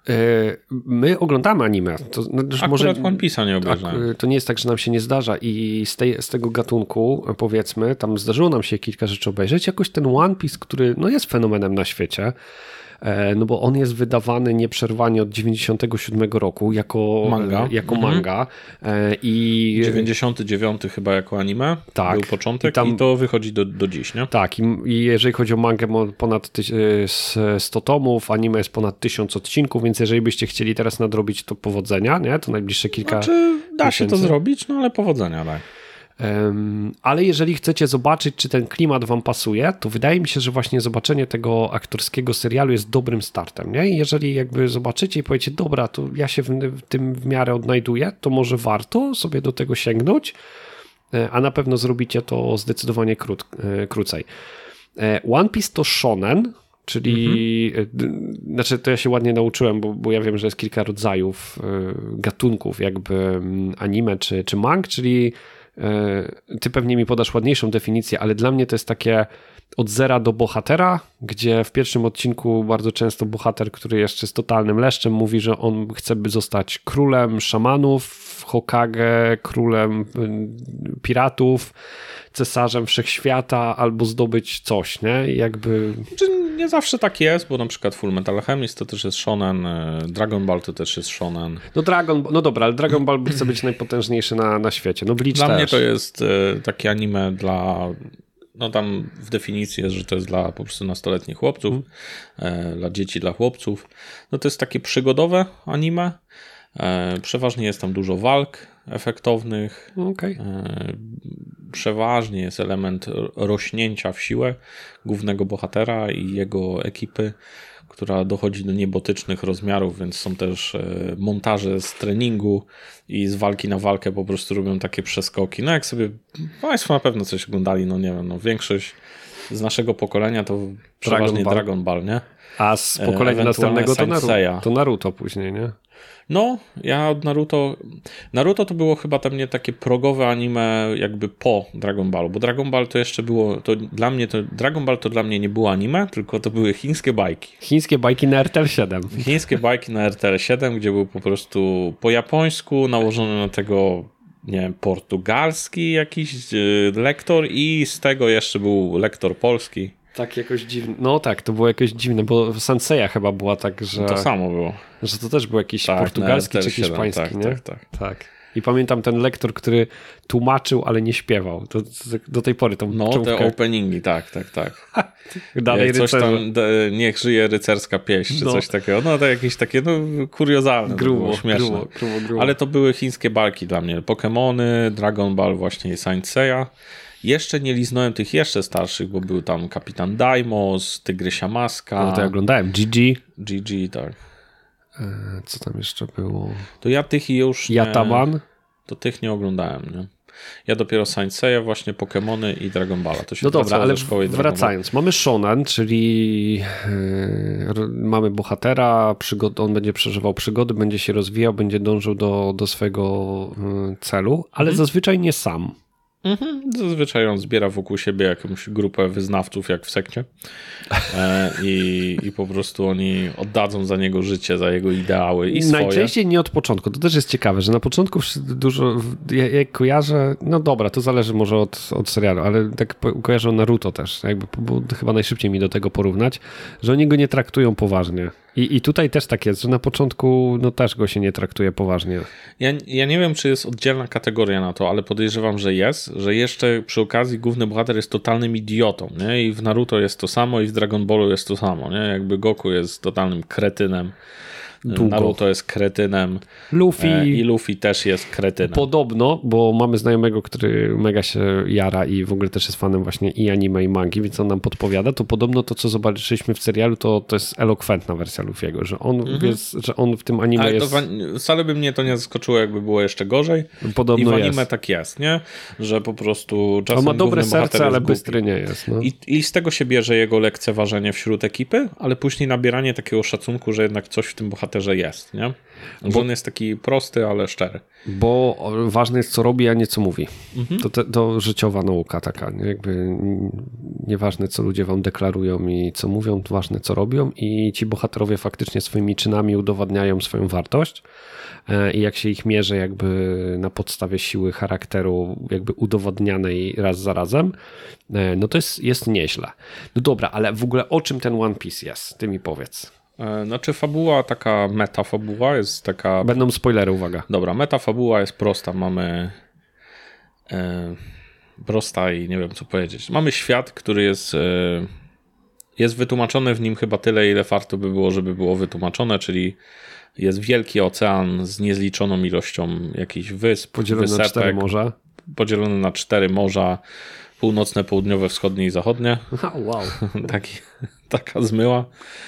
Speaker 2: My oglądamy anime. To, no,
Speaker 1: Akurat może, One Piece'a nie obejrzałem.
Speaker 2: To nie jest tak, że nam się nie zdarza i z, tej, z tego gatunku, powiedzmy, tam zdarzyło nam się kilka rzeczy obejrzeć. Jakoś ten One Piece, który no, jest fenomenem na świecie, no bo on jest wydawany nieprzerwanie od dziewięćdziesiątego siódmego roku jako
Speaker 1: manga,
Speaker 2: jako
Speaker 1: mhm.
Speaker 2: manga. I
Speaker 1: dziewięćdziesiąty dziewiąty chyba jako anime
Speaker 2: tak,
Speaker 1: był początek i, tam, i to wychodzi do, do dziś, nie?
Speaker 2: Tak, i, i jeżeli chodzi o mangę, ponad sto tomów, anime jest ponad tysiąc odcinków, więc jeżeli byście chcieli teraz nadrobić, to powodzenia, nie? To najbliższe kilka
Speaker 1: Znaczy, da
Speaker 2: miesięcy.
Speaker 1: się to zrobić, no ale powodzenia, tak.
Speaker 2: Um, ale jeżeli chcecie zobaczyć, czy ten klimat wam pasuje, to wydaje mi się, że właśnie zobaczenie tego aktorskiego serialu jest dobrym startem, nie? I jeżeli jakby zobaczycie i powiecie, dobra, to ja się w, w tym w miarę odnajduję, to może warto sobie do tego sięgnąć, a na pewno zrobicie to zdecydowanie krót, krócej. One Piece to shonen, czyli, mhm. znaczy to ja się ładnie nauczyłem, bo, bo ja wiem, że jest kilka rodzajów gatunków jakby anime czy, czy mang, czyli ty pewnie mi podasz ładniejszą definicję, ale dla mnie to jest takie od zera do bohatera, gdzie w pierwszym odcinku bardzo często bohater, który jeszcze jest totalnym leszczem, mówi, że on chce by zostać królem szamanów, Hokage, królem piratów, cesarzem wszechświata albo zdobyć coś, nie? Jakby...
Speaker 1: Nie zawsze tak jest, bo na przykład Full Metal Alchemist to też jest shonen, Dragon Ball to też jest shonen.
Speaker 2: No Dragon, no dobra, ale Dragon Ball chce być najpotężniejszy na, na świecie. No Bleach
Speaker 1: Dla
Speaker 2: też.
Speaker 1: mnie to jest takie anime dla... No tam w definicji jest, że to jest dla po prostu nastoletnich chłopców, mm. dla dzieci, dla chłopców. No to jest takie przygodowe anime. Przeważnie jest tam dużo walk efektownych.
Speaker 2: Okay.
Speaker 1: Przeważnie jest element rośnięcia w siłę głównego bohatera i jego ekipy, która dochodzi do niebotycznych rozmiarów, więc są też montaże z treningu i z walki na walkę po prostu robią takie przeskoki. No jak sobie Państwo na pewno coś oglądali, no nie wiem, no większość z naszego pokolenia to przeważnie Dragon Ball, Dragon Ball nie?
Speaker 2: A z pokolenia następnego to Naruto, to Naruto później, nie?
Speaker 1: No, ja od Naruto... Naruto to było chyba tam nie takie progowe anime jakby po Dragon Ballu, bo Dragon Ball to jeszcze było... To dla mnie to Dragon Ball to dla mnie nie było anime, tylko to były chińskie bajki.
Speaker 2: Chińskie bajki na R T L siedem.
Speaker 1: Chińskie bajki na R T L siedem, gdzie był po prostu po japońsku nałożony na tego, nie wiem, portugalski jakiś lektor i z tego jeszcze był lektor polski.
Speaker 2: Tak jakoś dziwne. No tak, to było jakoś dziwne, bo w Sanseia chyba była tak, że...
Speaker 1: To samo było.
Speaker 2: Że to też był jakiś tak, portugalski czy hiszpański,
Speaker 1: tak,
Speaker 2: nie?
Speaker 1: Tak, tak,
Speaker 2: tak. I pamiętam ten lektor, który tłumaczył, ale nie śpiewał. To, do tej pory tą
Speaker 1: No,
Speaker 2: czołówkę...
Speaker 1: te openingi, tak, tak, tak.
Speaker 2: Dalej
Speaker 1: coś tam, de, niech żyje rycerska pieśń, czy no. coś takiego. No to jakieś takie, no, kuriozalne, grubo, było śmieszne. Grubo, grubo, grubo. Ale to były chińskie bajki dla mnie. Pokemony, Dragon Ball, właśnie Saint Seiya. Jeszcze nie liznąłem tych jeszcze starszych, bo był tam Kapitan Daimos, Tygrysia Maska.
Speaker 2: No to ja oglądałem. G G.
Speaker 1: G G, tak.
Speaker 2: E, co tam jeszcze było?
Speaker 1: To ja tych już nie...
Speaker 2: Yataman?
Speaker 1: To tych nie oglądałem, nie? Ja dopiero Saint Seiya, właśnie Pokemony i Dragon Balla. To się
Speaker 2: no dobra, ale
Speaker 1: szkoły
Speaker 2: wracając. Mamy shonen, czyli yy, mamy bohatera, przygod- on będzie przeżywał przygody, będzie się rozwijał, będzie dążył do, do swojego yy, celu, ale mhm. zazwyczaj nie sam.
Speaker 1: Mhm. Zazwyczaj on zbiera wokół siebie jakąś grupę wyznawców, jak w sekcie. E, i, I po prostu oni oddadzą za niego życie, za jego ideały i swoje.
Speaker 2: Najczęściej nie od początku. To też jest ciekawe, że na początku dużo, jak ja kojarzę, no dobra, to zależy może od, od serialu, ale tak kojarzę Naruto też, jakby było chyba najszybciej mi do tego porównać, że oni go nie traktują poważnie. I, I tutaj też tak jest, że na początku no też go się nie traktuje poważnie.
Speaker 1: Ja, ja nie wiem, czy jest oddzielna kategoria na to, ale podejrzewam, że jest, że jeszcze przy okazji główny bohater jest totalnym idiotą, nie? I w Naruto jest to samo i w Dragon Ballu jest to samo, nie? Jakby Goku jest totalnym kretynem. Długo. Naruto jest kretynem.
Speaker 2: Luffy.
Speaker 1: E, I Luffy też jest kretynem.
Speaker 2: Podobno, bo mamy znajomego, który mega się jara i w ogóle też jest fanem właśnie i anime, i mangi, więc on nam podpowiada, to podobno to, co zobaczyliśmy w serialu, to, to jest elokwentna wersja Luffy'ego, że on, mhm. jest, że on w tym anime
Speaker 1: ale
Speaker 2: jest...
Speaker 1: To wcale by mnie to nie zaskoczyło, jakby było jeszcze gorzej.
Speaker 2: Podobno
Speaker 1: I w anime
Speaker 2: jest.
Speaker 1: tak jest, nie? Że po prostu czasem
Speaker 2: on ma dobre serce, ale
Speaker 1: głupi.
Speaker 2: Bystry nie jest. No.
Speaker 1: I, I z tego się bierze jego lekceważenie wśród ekipy, ale później nabieranie takiego szacunku, że jednak coś w tym bohaterze jest, nie? Bo, bo on jest taki prosty, ale szczery.
Speaker 2: Bo ważne jest, co robi, a nie co mówi.
Speaker 1: Mhm.
Speaker 2: To, te, to życiowa nauka taka. Nie? Jakby nieważne, co ludzie wam deklarują i co mówią, to ważne, co robią i ci bohaterowie faktycznie swoimi czynami udowadniają swoją wartość i jak się ich mierzy jakby na podstawie siły charakteru jakby udowadnianej raz za razem, no to jest, jest nieźle. No dobra, ale w ogóle o czym ten One Piece jest? Ty mi powiedz.
Speaker 1: Znaczy fabuła, taka metafabuła jest taka...
Speaker 2: Będą spoilery, uwaga.
Speaker 1: Dobra, metafabuła jest prosta. Mamy e, prosta i nie wiem co powiedzieć. Mamy świat, który jest e, jest wytłumaczony w nim chyba tyle, ile warto by było, żeby było wytłumaczone, czyli jest wielki ocean z niezliczoną ilością jakichś wysp,
Speaker 2: podzielony
Speaker 1: wysepek,
Speaker 2: na cztery morza.
Speaker 1: Podzielony na cztery morza, północne, południowe, wschodnie i zachodnie.
Speaker 2: Wow.
Speaker 1: Taki, taka zmyła.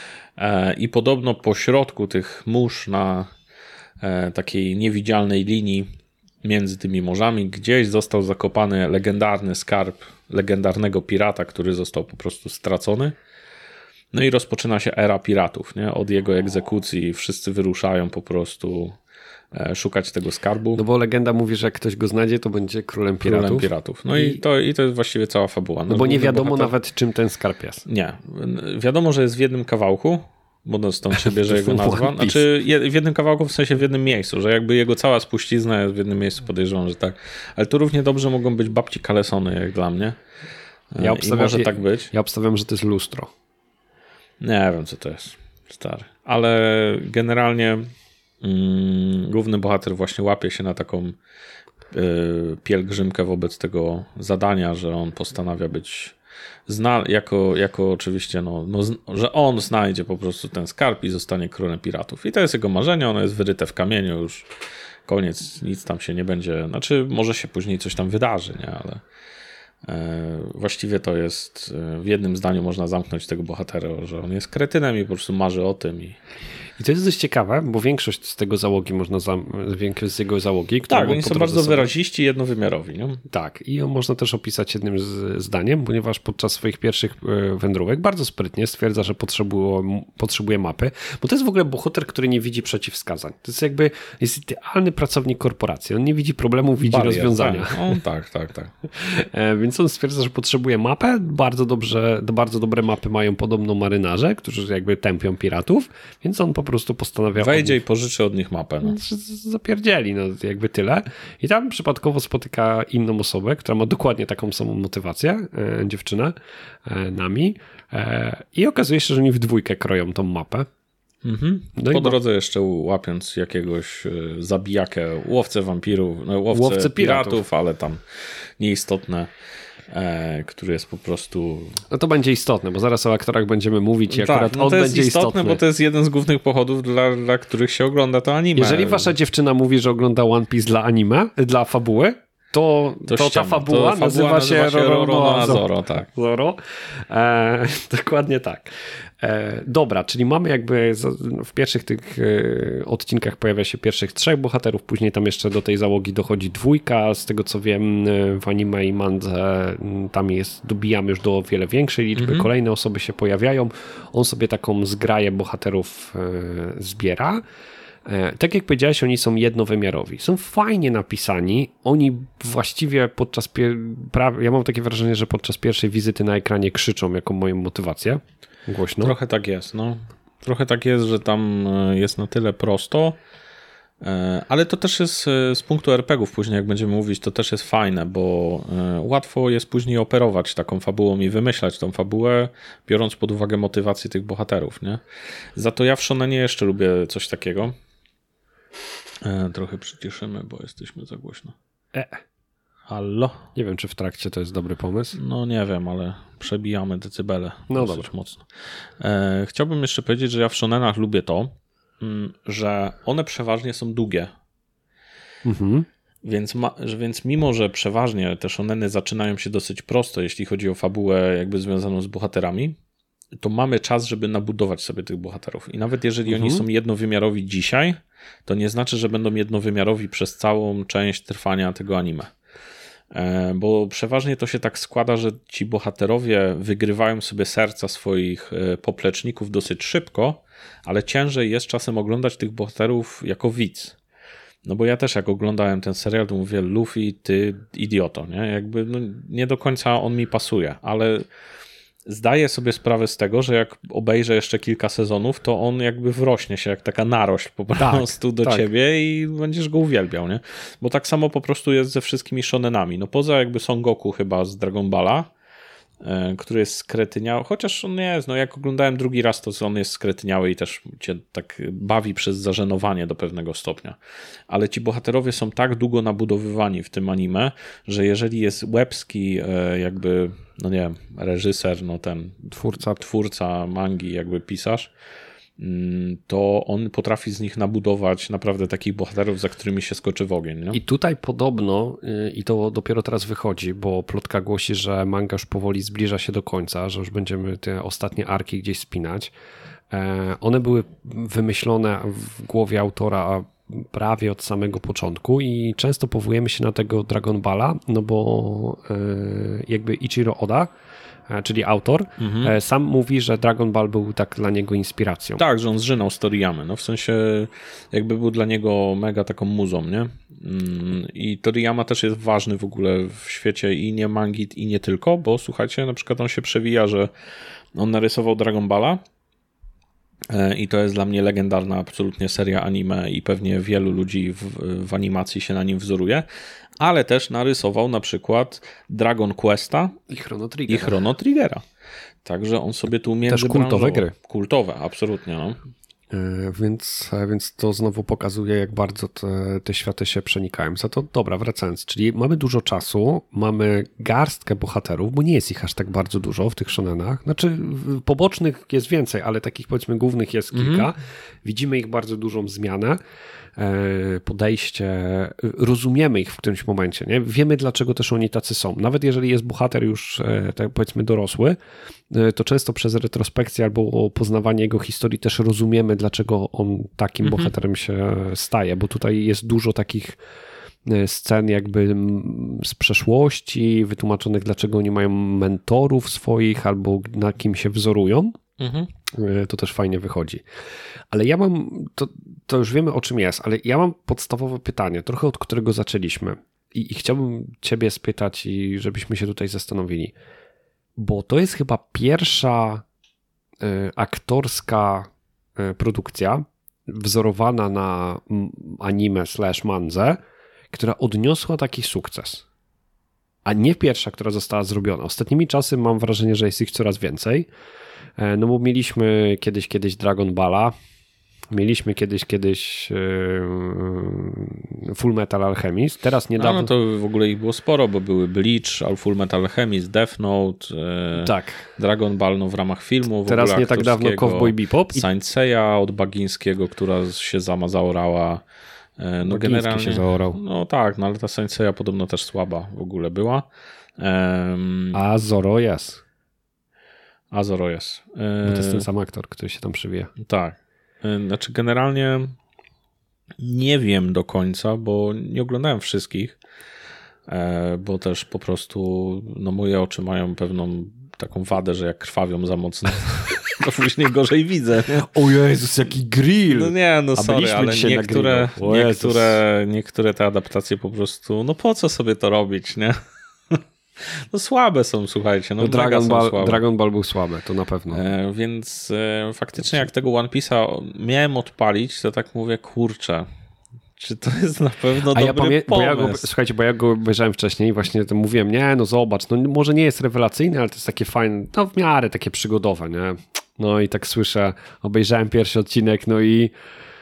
Speaker 1: I podobno po środku tych mórz na takiej niewidzialnej linii między tymi morzami gdzieś został zakopany legendarny skarb legendarnego pirata, który został po prostu stracony. No i rozpoczyna się era piratów, nie? Od jego egzekucji wszyscy wyruszają po prostu szukać tego skarbu.
Speaker 2: No bo legenda mówi, że jak ktoś go znajdzie, to będzie królem piratów.
Speaker 1: Królem piratów. No i, i, to, i to jest właściwie cała fabuła.
Speaker 2: No, no bo nie wiadomo bohater... nawet, czym ten skarb jest.
Speaker 1: Nie. Wiadomo, że jest w jednym kawałku, bo stąd się bierze jego nazwa. Znaczy w jednym kawałku, w sensie w jednym miejscu, że jakby jego cała spuścizna jest w jednym miejscu, podejrzewam, że tak. Ale tu równie dobrze mogą być babci Kalesony, jak dla mnie.
Speaker 2: Ja obstawiam,
Speaker 1: I może tak być.
Speaker 2: Ja obstawiam, że to jest lustro.
Speaker 1: Nie wiem, co to jest. Stary. Ale generalnie mm, główny bohater właśnie łapie się na taką y, pielgrzymkę wobec tego zadania, że on postanawia być Zna, jako, jako oczywiście, no, no, że on znajdzie po prostu ten skarb i zostanie królem piratów. I to jest jego marzenie, ono jest wyryte w kamieniu, już koniec, nic tam się nie będzie, znaczy może się później coś tam wydarzy, nie, ale e, właściwie to jest, w jednym zdaniu można zamknąć tego bohatera, że on jest kretynem i po prostu marzy o tym i
Speaker 2: I to jest dość ciekawe, bo większość z tego załogi można, za, większość z jego załogi, która
Speaker 1: tak, oni są bardzo sobie... wyraziści i jednowymiarowi. Nie?
Speaker 2: Tak, i ją można też opisać jednym z, zdaniem, ponieważ podczas swoich pierwszych wędrówek bardzo sprytnie stwierdza, że potrzebuje mapy, bo to jest w ogóle bohater, który nie widzi przeciwwskazań. To jest jakby, jest idealny pracownik korporacji, on nie widzi problemu, widzi Barier, rozwiązania.
Speaker 1: Tak. O, tak, tak, tak.
Speaker 2: Więc on stwierdza, że potrzebuje mapę, bardzo dobrze, bardzo dobre mapy mają podobno marynarze, którzy jakby tępią piratów, więc on po prostu postanawia...
Speaker 1: Wejdzie i pożyczy od nich mapę. No.
Speaker 2: Zapierdzieli, no jakby tyle. I tam przypadkowo spotyka inną osobę, która ma dokładnie taką samą motywację, e, dziewczynę, e, Nami. E, I okazuje się, że oni w dwójkę kroją tą mapę.
Speaker 1: Mhm. No po drodze ma... jeszcze łapiąc jakiegoś e, zabijakę, łowcę wampirów, no, łowcę, łowcę piratów, piratów, ale tam nieistotne. E, który jest po prostu...
Speaker 2: No to będzie istotne, bo zaraz o aktorach będziemy mówić i akurat tak, no on
Speaker 1: to jest
Speaker 2: będzie
Speaker 1: istotne,
Speaker 2: istotny.
Speaker 1: Bo to jest jeden z głównych powodów, dla, dla których się ogląda to anime.
Speaker 2: Jeżeli wasza dziewczyna mówi, że ogląda One Piece dla anime, dla fabuły, to, to, to ta fabuła, to nazywa, fabuła się Roronoa Zoro.
Speaker 1: Tak.
Speaker 2: Zoro. E, dokładnie tak. E, dobra, czyli mamy jakby w pierwszych tych e, odcinkach pojawia się pierwszych trzech bohaterów, później tam jeszcze do tej załogi dochodzi dwójka, z tego co wiem w anime i mandze tam jest, dobijamy już do o wiele większej liczby, mm-hmm. kolejne osoby się pojawiają, on sobie taką zgraję bohaterów e, zbiera. Tak jak powiedziałeś, oni są jednowymiarowi. Są fajnie napisani. Oni właściwie podczas... Pier... Ja mam takie wrażenie, że podczas pierwszej wizyty na ekranie krzyczą jako moją motywację. Głośno.
Speaker 1: Trochę tak jest, no. Trochę tak jest, że tam jest na tyle prosto, ale to też jest z punktu er pe gie ów później, jak będziemy mówić, to też jest fajne, bo łatwo jest później operować taką fabułą i wymyślać tą fabułę, biorąc pod uwagę motywację tych bohaterów, nie? Za to ja w shonenie jeszcze lubię coś takiego. Trochę przyciszymy, bo jesteśmy za głośno.
Speaker 2: E.
Speaker 1: Hallo?
Speaker 2: Nie wiem, czy w trakcie to jest dobry pomysł.
Speaker 1: No nie wiem, ale przebijamy decybele
Speaker 2: no
Speaker 1: dosyć dobra. mocno. E, chciałbym jeszcze powiedzieć, że ja w shonenach lubię to, że one przeważnie są długie.
Speaker 2: Mhm.
Speaker 1: Więc, ma, więc mimo, że przeważnie te shoneny zaczynają się dosyć prosto, jeśli chodzi o fabułę jakby związaną z bohaterami, to mamy czas, żeby nabudować sobie tych bohaterów. I nawet jeżeli mhm. oni są jednowymiarowi dzisiaj, to nie znaczy, że będą jednowymiarowi przez całą część trwania tego anime. Bo przeważnie to się tak składa, że ci bohaterowie wygrywają sobie serca swoich popleczników dosyć szybko, ale ciężej jest czasem oglądać tych bohaterów jako widz. No bo ja też jak oglądałem ten serial, to mówię, Luffy, ty idioto, nie? Jakby no, nie do końca on mi pasuje, ale zdaję sobie sprawę z tego, że jak obejrzę jeszcze kilka sezonów, to on jakby wrośnie się jak taka narośl po prostu tak, do tak. ciebie i będziesz go uwielbiał, nie? Bo tak samo po prostu jest ze wszystkimi shonenami. No poza jakby Son Goku chyba z Dragon Balla, e, który jest skretyniały, chociaż on nie jest, no jak oglądałem drugi raz, to on jest skretyniały i też cię tak bawi przez zażenowanie do pewnego stopnia. Ale ci bohaterowie są tak długo nabudowywani w tym anime, że jeżeli jest łebski e, jakby no nie wiem, reżyser, no ten
Speaker 2: twórca,
Speaker 1: twórca mangi, jakby pisarz, to on potrafi z nich nabudować naprawdę takich bohaterów, za którymi się skoczy w ogień. Nie?
Speaker 2: I tutaj podobno, i to dopiero teraz wychodzi, bo plotka głosi, że manga już powoli zbliża się do końca, że już będziemy te ostatnie arki gdzieś spinać. One były wymyślone w głowie autora prawie od samego początku i często powołujemy się na tego Dragon Balla, no bo jakby Ichiro Oda, czyli autor, mhm. sam mówi, że Dragon Ball był tak dla niego inspiracją.
Speaker 1: Tak, że on zżynał z Toriyamy, no w sensie jakby był dla niego mega taką muzą, nie? I Toriyama też jest ważny w ogóle w świecie i nie mangi, i nie tylko, bo słuchajcie, na przykład on się przewija, że on narysował Dragon Balla i to jest dla mnie legendarna absolutnie seria anime i pewnie wielu ludzi w, w animacji się na nim wzoruje, ale też narysował na przykład Dragon Questa
Speaker 2: i Chrono Triggera.
Speaker 1: I Chrono Triggera. Także on sobie tu między
Speaker 2: też kultowe gry.
Speaker 1: Kultowe, absolutnie. No.
Speaker 2: Więc, więc to znowu pokazuje, jak bardzo te, te światy się przenikają. Za to dobra, wracając, czyli mamy dużo czasu, mamy garstkę bohaterów, bo nie jest ich aż tak bardzo dużo w tych shonenach. Znaczy pobocznych jest więcej, ale takich powiedzmy głównych jest kilka. Mm. Widzimy ich bardzo dużą zmianę, podejście, rozumiemy ich w którymś momencie, nie? Wiemy, dlaczego też oni tacy są. Nawet jeżeli jest bohater już tak powiedzmy dorosły, to często przez retrospekcję albo poznawanie jego historii też rozumiemy, dlaczego on takim mhm. bohaterem się staje, bo tutaj jest dużo takich scen jakby z przeszłości, wytłumaczonych, dlaczego oni mają mentorów swoich albo na kim się wzorują. Mhm. To też fajnie wychodzi. Ale ja mam, to, to już wiemy, o czym jest, ale ja mam podstawowe pytanie, trochę od którego zaczęliśmy i, i chciałbym ciebie spytać i żebyśmy się tutaj zastanowili, bo to jest chyba pierwsza y, aktorska y, produkcja wzorowana na anime slash mandze, która odniosła taki sukces. A nie pierwsza, która została zrobiona. Ostatnimi czasy mam wrażenie, że jest ich coraz więcej. No bo mieliśmy kiedyś, kiedyś Dragon Balla, mieliśmy kiedyś, kiedyś yy, Full Metal Alchemist, teraz niedawno...
Speaker 1: No, no to w ogóle ich było sporo, bo były Bleach, Full Metal Alchemist, Death Note, yy,
Speaker 2: tak.
Speaker 1: Dragon Ball no, w ramach filmu. W
Speaker 2: teraz nie tak dawno Cowboy Bebop.
Speaker 1: Saint Seiya od Bagińskiego, która się zama zaorała. No
Speaker 2: Bagiński
Speaker 1: generalnie
Speaker 2: się zaorał.
Speaker 1: No tak, no ale ta Saint Seiya podobno też słaba w ogóle była. Um,
Speaker 2: A Zoro jest.
Speaker 1: A Zoro jest.
Speaker 2: Bo to jest ten sam aktor, który się tam przywija.
Speaker 1: Tak. Znaczy generalnie nie wiem do końca, bo nie oglądałem wszystkich, bo też po prostu no moje oczy mają pewną taką wadę, że jak krwawią za mocno, to później gorzej widzę. Nie?
Speaker 2: O Jezus, jaki grill!
Speaker 1: No nie, no sorry, ale niektóre, niektóre, niektóre te adaptacje po prostu, no po co sobie to robić, nie? No słabe są, słuchajcie. No,
Speaker 2: no Dragon, Ball, Dragon Ball był słaby, to na pewno.
Speaker 1: E, więc e, faktycznie jak tego One Piece'a miałem odpalić, to tak mówię, kurczę, czy to jest na pewno
Speaker 2: A
Speaker 1: dobry
Speaker 2: ja pamię-
Speaker 1: pomysł?
Speaker 2: Bo ja go, słuchajcie, bo ja go obejrzałem wcześniej i właśnie to mówiłem, nie, no zobacz, no może nie jest rewelacyjny, ale to jest takie fajne, no w miarę takie przygodowe, nie? No i tak słyszę, obejrzałem pierwszy odcinek, no i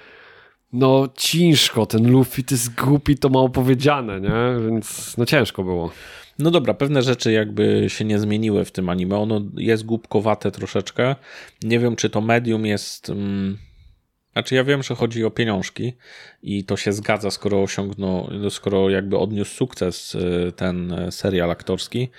Speaker 2: no ciężko, ten Luffy to jest głupi, to mało powiedziane, nie? Więc no ciężko było.
Speaker 1: No dobra, pewne rzeczy jakby się nie zmieniły w tym anime. Ono jest głupkowate troszeczkę. Nie wiem, czy to medium jest... Um... Znaczy ja wiem, że chodzi o pieniążki i to się zgadza, skoro osiągnął, skoro jakby odniósł sukces ten serial aktorski,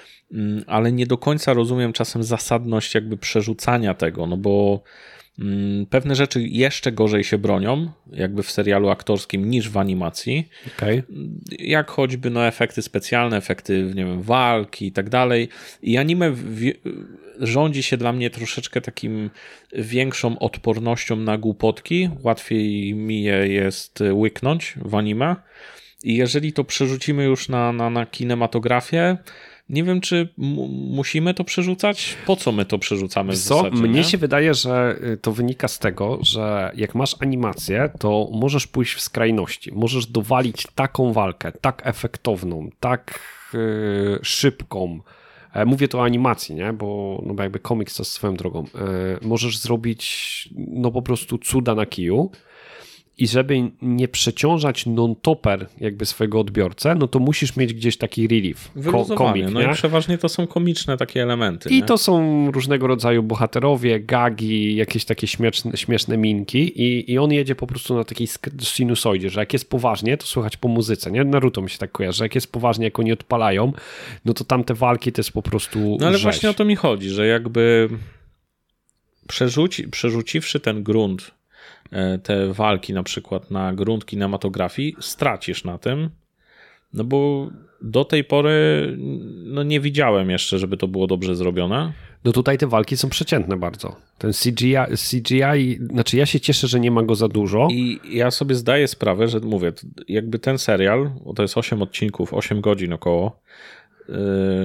Speaker 1: ale nie do końca rozumiem czasem zasadność jakby przerzucania tego, no bo pewne rzeczy jeszcze gorzej się bronią, jakby w serialu aktorskim niż w animacji.
Speaker 2: Okay.
Speaker 1: Jak choćby no efekty specjalne, efekty, nie wiem, walki i tak dalej. I anime w... rządzi się dla mnie troszeczkę takim większą odpornością na głupotki. Łatwiej mi je jest łyknąć w anime. I jeżeli to przerzucimy już na, na, na kinematografię, nie wiem, czy m- musimy to przerzucać? Po co my to przerzucamy w
Speaker 2: Co?
Speaker 1: zasadzie?
Speaker 2: Mnie
Speaker 1: nie?
Speaker 2: się wydaje, że to wynika z tego, że jak masz animację, to możesz pójść w skrajności. Możesz dowalić taką walkę, tak efektowną, tak yy, szybką. Mówię tu o animacji, nie? Bo, no bo jakby komiks to swoją drogą. Yy, możesz zrobić no po prostu cuda na kiju i żeby nie przeciążać non-topper jakby swojego odbiorcę, no to musisz mieć gdzieś taki relief, ko- komik.
Speaker 1: No
Speaker 2: nie?
Speaker 1: i przeważnie to są komiczne takie elementy.
Speaker 2: I
Speaker 1: nie?
Speaker 2: to są różnego rodzaju bohaterowie, gagi, jakieś takie śmieszne, śmieszne minki i, i on jedzie po prostu na takiej sinusoidzie, że jak jest poważnie, to słychać po muzyce, nie? Naruto mi się tak kojarzy, że jak jest poważnie, jak oni odpalają, no to tamte walki to jest po prostu
Speaker 1: No ale
Speaker 2: rzeź.
Speaker 1: właśnie o to mi chodzi, że jakby przerzuci, przerzuciwszy ten grunt, te walki na przykład na grunt kinematografii, stracisz na tym, no bo do tej pory no nie widziałem jeszcze, żeby to było dobrze zrobione.
Speaker 2: No tutaj te walki są przeciętne bardzo. Ten C G I, C G I, znaczy ja się cieszę, że nie ma go za dużo.
Speaker 1: I ja sobie zdaję sprawę, że mówię, jakby ten serial, bo to jest osiem odcinków, osiem godzin około, yy,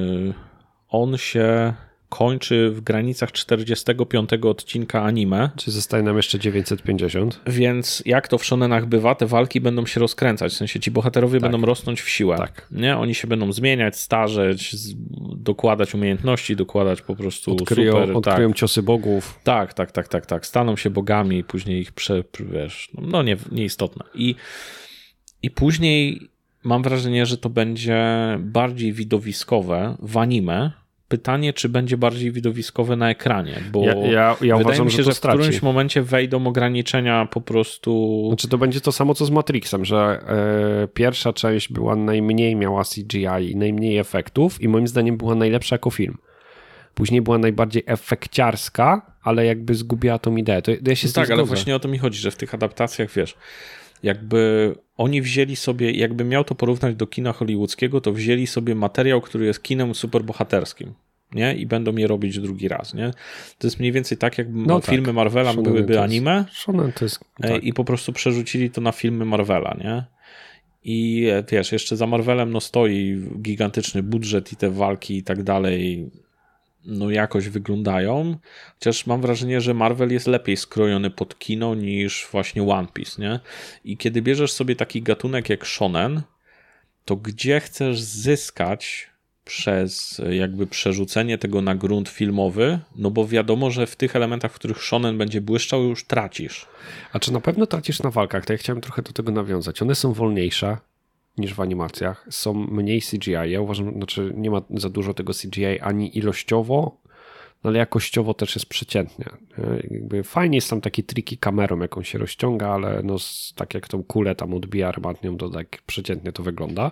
Speaker 1: on się kończy w granicach czterdziestego piątego odcinka anime.
Speaker 2: Czy zostaje nam jeszcze dziewięćset pięćdziesiąt?
Speaker 1: Więc jak to w shonenach bywa, te walki będą się rozkręcać. W sensie ci bohaterowie tak. będą rosnąć w siłę. Tak. Nie? Oni się będą zmieniać, starzeć, z, dokładać umiejętności, dokładać po prostu
Speaker 2: odkryją,
Speaker 1: super.
Speaker 2: Odkryją
Speaker 1: tak.
Speaker 2: ciosy bogów.
Speaker 1: Tak, tak, tak, tak, tak. Staną się bogami i później ich prze... wiesz, no nie, nieistotne. I, I później mam wrażenie, że to będzie bardziej widowiskowe w anime. Pytanie, czy będzie bardziej widowiskowe na ekranie, bo
Speaker 2: ja, ja, ja
Speaker 1: wydaje
Speaker 2: uważam,
Speaker 1: mi się,
Speaker 2: że, to
Speaker 1: że w
Speaker 2: straci.
Speaker 1: którymś momencie wejdą ograniczenia po prostu...
Speaker 2: Znaczy to będzie to samo, co z Matrixem, że e, pierwsza część była najmniej, miała C G I i najmniej efektów i moim zdaniem była najlepsza jako film. Później była najbardziej efekciarska, ale jakby zgubiła tą ideę. To, to ja się
Speaker 1: no tak, ale właśnie o to mi chodzi, że w tych adaptacjach, wiesz, jakby oni wzięli sobie, jakby miał to porównać do kina hollywoodzkiego, to wzięli sobie materiał, który jest kinem superbohaterskim, nie? I będą je robić drugi raz, nie? To jest mniej więcej tak, jakby no filmy tak. Marvela Shonen byłyby jest, anime
Speaker 2: to jest, tak.
Speaker 1: i po prostu przerzucili to na filmy Marvela, nie? I wiesz, jeszcze za Marvelem no stoi gigantyczny budżet i te walki i tak dalej no jakoś wyglądają, chociaż mam wrażenie, że Marvel jest lepiej skrojony pod kino niż właśnie One Piece, nie? I kiedy bierzesz sobie taki gatunek jak shonen, to gdzie chcesz zyskać przez jakby przerzucenie tego na grunt filmowy, no bo wiadomo, że w tych elementach, w których shonen będzie błyszczał, już tracisz.
Speaker 2: A czy na pewno tracisz na walkach? To ja chciałem trochę do tego nawiązać. One są wolniejsze niż w animacjach, są mniej C G I. Ja uważam, znaczy nie ma za dużo tego C G I ani ilościowo, no ale jakościowo też jest przeciętnie. Jakby fajnie jest tam taki triki kamerą, jaką się rozciąga, ale no tak jak tą kulę tam odbija armatnią, to tak przeciętnie to wygląda.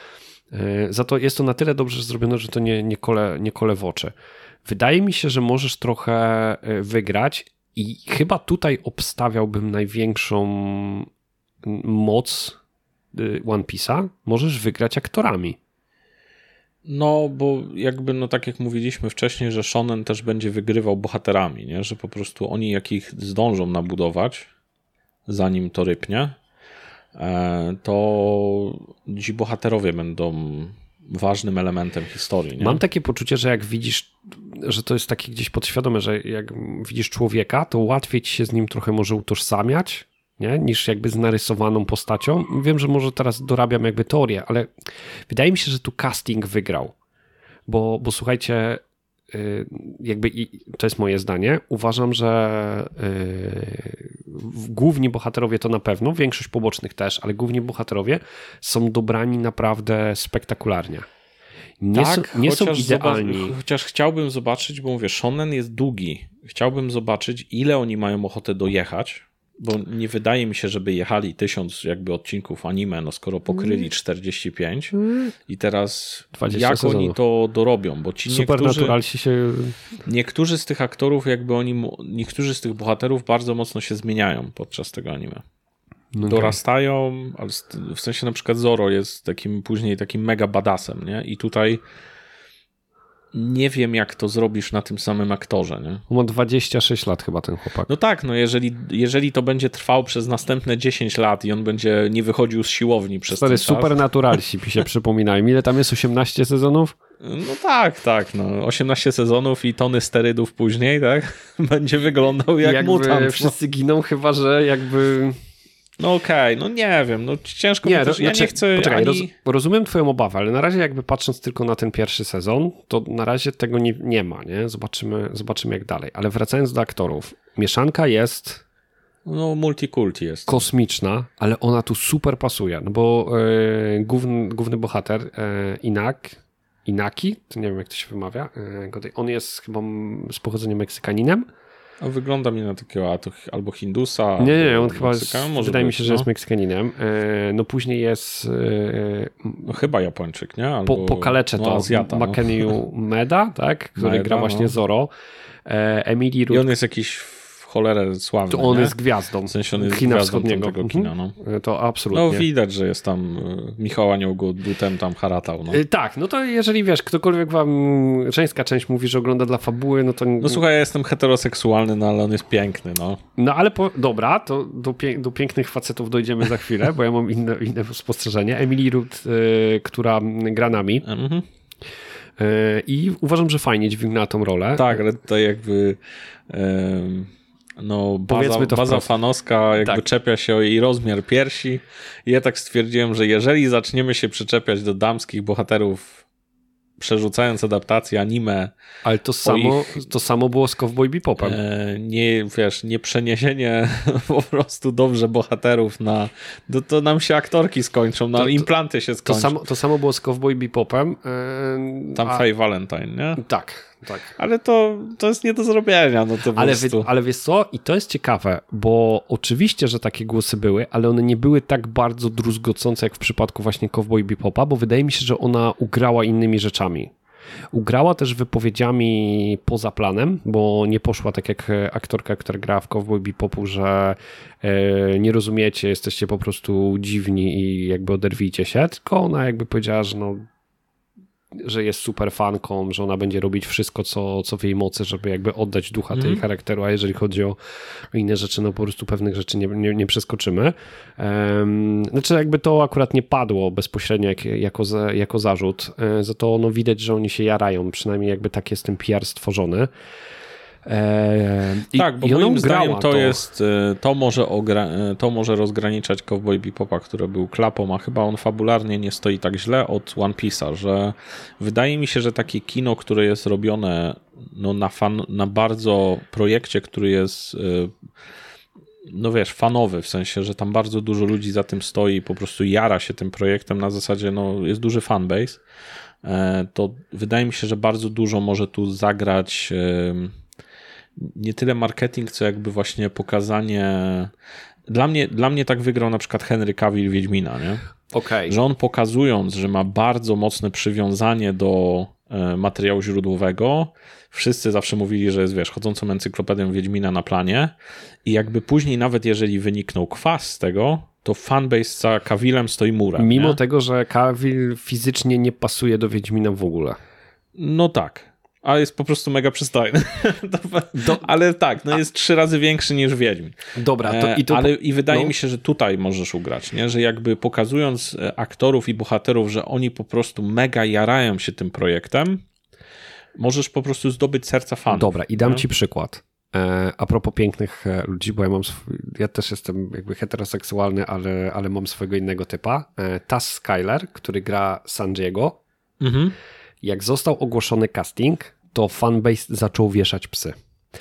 Speaker 2: Za to jest to na tyle dobrze zrobione, że to nie, nie, kole, nie kole w oczy. Wydaje mi się, że możesz trochę wygrać i chyba tutaj obstawiałbym największą moc One Piece'a. Możesz wygrać aktorami.
Speaker 1: No, bo jakby, no tak jak mówiliśmy wcześniej, że shonen też będzie wygrywał bohaterami, nie? Że po prostu oni jak ich zdążą nabudować, zanim to rypnie, to ci bohaterowie będą ważnym elementem historii. Nie?
Speaker 2: Mam takie poczucie, że jak widzisz, że to jest takie gdzieś podświadome, że jak widzisz człowieka, to łatwiej ci się z nim trochę może utożsamiać, nie? Niż jakby z narysowaną postacią. Wiem, że może teraz dorabiam jakby teorię, ale wydaje mi się, że tu casting wygrał. Bo, bo słuchajcie, jakby i to jest moje zdanie, uważam, że yy, główni bohaterowie to na pewno, większość pobocznych też, ale główni bohaterowie są dobrani naprawdę spektakularnie. Nie,
Speaker 1: tak,
Speaker 2: są, nie są idealni.
Speaker 1: Zobacz, chociaż chciałbym zobaczyć, bo mówię, shonen jest długi. Chciałbym zobaczyć, ile oni mają ochotę dojechać, bo nie wydaje mi się, żeby jechali tysiąc jakby odcinków anime, no skoro pokryli czterdzieści pięć i teraz jak sezonów. Oni to dorobią, bo ci
Speaker 2: Supernaturalsi się...
Speaker 1: niektórzy z tych aktorów jakby oni, niektórzy z tych bohaterów bardzo mocno się zmieniają podczas tego anime. Okay. Dorastają, ale w sensie na przykład Zoro jest takim później takim mega badassem, nie? I tutaj nie wiem, jak to zrobisz na tym samym aktorze. Nie?
Speaker 2: On ma dwadzieścia sześć lat chyba ten chłopak.
Speaker 1: No tak, no jeżeli, jeżeli to będzie trwało przez następne dziesięć lat i on będzie nie wychodził z siłowni przez ten czas.
Speaker 2: Supernaturalsi się przypominają. Ile tam jest? osiemnaście sezonów?
Speaker 1: No tak, tak. No. osiemnaście sezonów i tony sterydów później, tak? Będzie wyglądał jak
Speaker 2: jakby
Speaker 1: mutant.
Speaker 2: Wszyscy no. giną, chyba że jakby...
Speaker 1: No okej, okay, no nie wiem, no ciężko
Speaker 2: nie,
Speaker 1: mi też, ja
Speaker 2: znaczy,
Speaker 1: nie chcę
Speaker 2: poczekaj,
Speaker 1: ani...
Speaker 2: roz, rozumiem twoją obawę, ale na razie jakby patrząc tylko na ten pierwszy sezon, to na razie tego nie, nie ma, nie? Zobaczymy, zobaczymy jak dalej. Ale wracając do aktorów, mieszanka jest...
Speaker 1: No multikulti jest.
Speaker 2: Kosmiczna, ale ona tu super pasuje, no bo e, główny, główny bohater e, Inak, Inaki, to nie wiem jak to się wymawia, e, on jest chyba z pochodzenia Meksykaninem.
Speaker 1: No, wygląda mi na takiego albo Hindusa.
Speaker 2: Nie, nie, on chyba jest,
Speaker 1: Może
Speaker 2: wydaje
Speaker 1: być,
Speaker 2: mi się, że
Speaker 1: no.
Speaker 2: jest Meksykaninem. No później jest...
Speaker 1: No chyba Japończyk, nie? Albo,
Speaker 2: po, pokaleczę
Speaker 1: no,
Speaker 2: to.
Speaker 1: Azjata,
Speaker 2: Makeniu no. Meda, tak? Który
Speaker 1: Meda,
Speaker 2: gra właśnie
Speaker 1: no.
Speaker 2: Zoro. Emily Root.
Speaker 1: I on jest jakiś w cholerę sławny,
Speaker 2: To on
Speaker 1: nie?
Speaker 2: jest gwiazdą.
Speaker 1: W sensie on jest
Speaker 2: Kina
Speaker 1: gwiazdą
Speaker 2: wschodniego.
Speaker 1: tego kina, no.
Speaker 2: To absolutnie.
Speaker 1: No widać, że jest tam Michał Anioł go butem tam haratał, no.
Speaker 2: Tak, no to jeżeli wiesz, ktokolwiek wam, żeńska część mówi, że ogląda dla fabuły, no to...
Speaker 1: No słuchaj, ja jestem heteroseksualny, no ale on jest piękny, no.
Speaker 2: No ale po, dobra, to do, pie, do pięknych facetów dojdziemy za chwilę, bo ja mam inne, inne spostrzeżenie. Emily Root, y, która gra nami.
Speaker 1: Mhm.
Speaker 2: I uważam, że fajnie dźwignęła tą rolę.
Speaker 1: Tak, ale tutaj jakby um, no baza, baza fanowska jakby tak. czepia się o jej rozmiar piersi i ja tak stwierdziłem, że jeżeli zaczniemy się przyczepiać do damskich bohaterów przerzucając adaptację anime.
Speaker 2: Ale to samo, ich, to samo było z Cowboy Bebopem.
Speaker 1: E, nie, wiesz, nie przeniesienie po prostu dobrze bohaterów na... To, to nam się aktorki skończą, na to, implanty się skończą.
Speaker 2: To samo, to samo było z Cowboy Bebopem.
Speaker 1: E, Tam a... Faye Valentine, nie?
Speaker 2: Tak. Tak.
Speaker 1: Ale to, to jest nie do zrobienia. No to
Speaker 2: ale, wy, ale wiesz co? I to jest ciekawe, bo oczywiście, że takie głosy były, ale one nie były tak bardzo druzgocące jak w przypadku właśnie Cowboy Bebopa, bo wydaje mi się, że ona ugrała innymi rzeczami. Ugrała też wypowiedziami poza planem, bo nie poszła tak jak aktorka, która grała w Cowboy Bebopu, że e, nie rozumiecie, jesteście po prostu dziwni i jakby oderwijcie się, tylko ona jakby powiedziała, że no że jest super fanką, że ona będzie robić wszystko, co, co w jej mocy, żeby jakby oddać ducha mm. tej charakteru, a jeżeli chodzi o inne rzeczy, no po prostu pewnych rzeczy nie, nie, nie przeskoczymy. Um, znaczy jakby to akurat nie padło bezpośrednio jak, jako, za, jako zarzut, za to no widać, że oni się jarają, przynajmniej jakby tak jest ten P R stworzony.
Speaker 1: Eee, tak, bo i moim zdaniem to, to jest, to może, ogra- to może rozgraniczać Cowboy Bebopa, który był klapą, a chyba on fabularnie nie stoi tak źle od One Piece'a, że wydaje mi się, że takie kino, które jest robione no, na, fan, na bardzo projekcie, który jest no wiesz, fanowy, w sensie, że tam bardzo dużo ludzi za tym stoi i po prostu jara się tym projektem, na zasadzie no, jest duży fanbase, to wydaje mi się, że bardzo dużo może tu zagrać nie tyle marketing, co jakby właśnie pokazanie. Dla mnie, dla mnie tak wygrał na przykład Henry Cavill Wiedźmina, nie?
Speaker 2: Okay.
Speaker 1: Że on pokazując, że ma bardzo mocne przywiązanie do e, materiału źródłowego, wszyscy zawsze mówili, że jest, wiesz, chodzącą encyklopedią Wiedźmina na planie i jakby później nawet jeżeli wyniknął kwas z tego, to fanbase za Cavillem stoi murem.
Speaker 2: Mimo
Speaker 1: nie?
Speaker 2: tego, że Cavill fizycznie nie pasuje do Wiedźmina w ogóle.
Speaker 1: No tak. A jest po prostu mega przystojny. do... Ale tak, no jest trzy razy większy niż Wiedźmin.
Speaker 2: Dobra. To, i to...
Speaker 1: Ale i wydaje
Speaker 2: no.
Speaker 1: mi się, że tutaj możesz ugrać, nie? Że jakby pokazując aktorów i bohaterów, że oni po prostu mega jarają się tym projektem, możesz po prostu zdobyć serca fanów.
Speaker 2: Dobra, i dam
Speaker 1: nie?
Speaker 2: ci przykład. E, a propos pięknych ludzi, bo ja mam swój, ja też jestem jakby heteroseksualny, ale, ale mam swojego innego typa. E, Taz Skyler, który gra Sanjiego, mhm. jak został ogłoszony casting, to fanbase zaczął wieszać psy.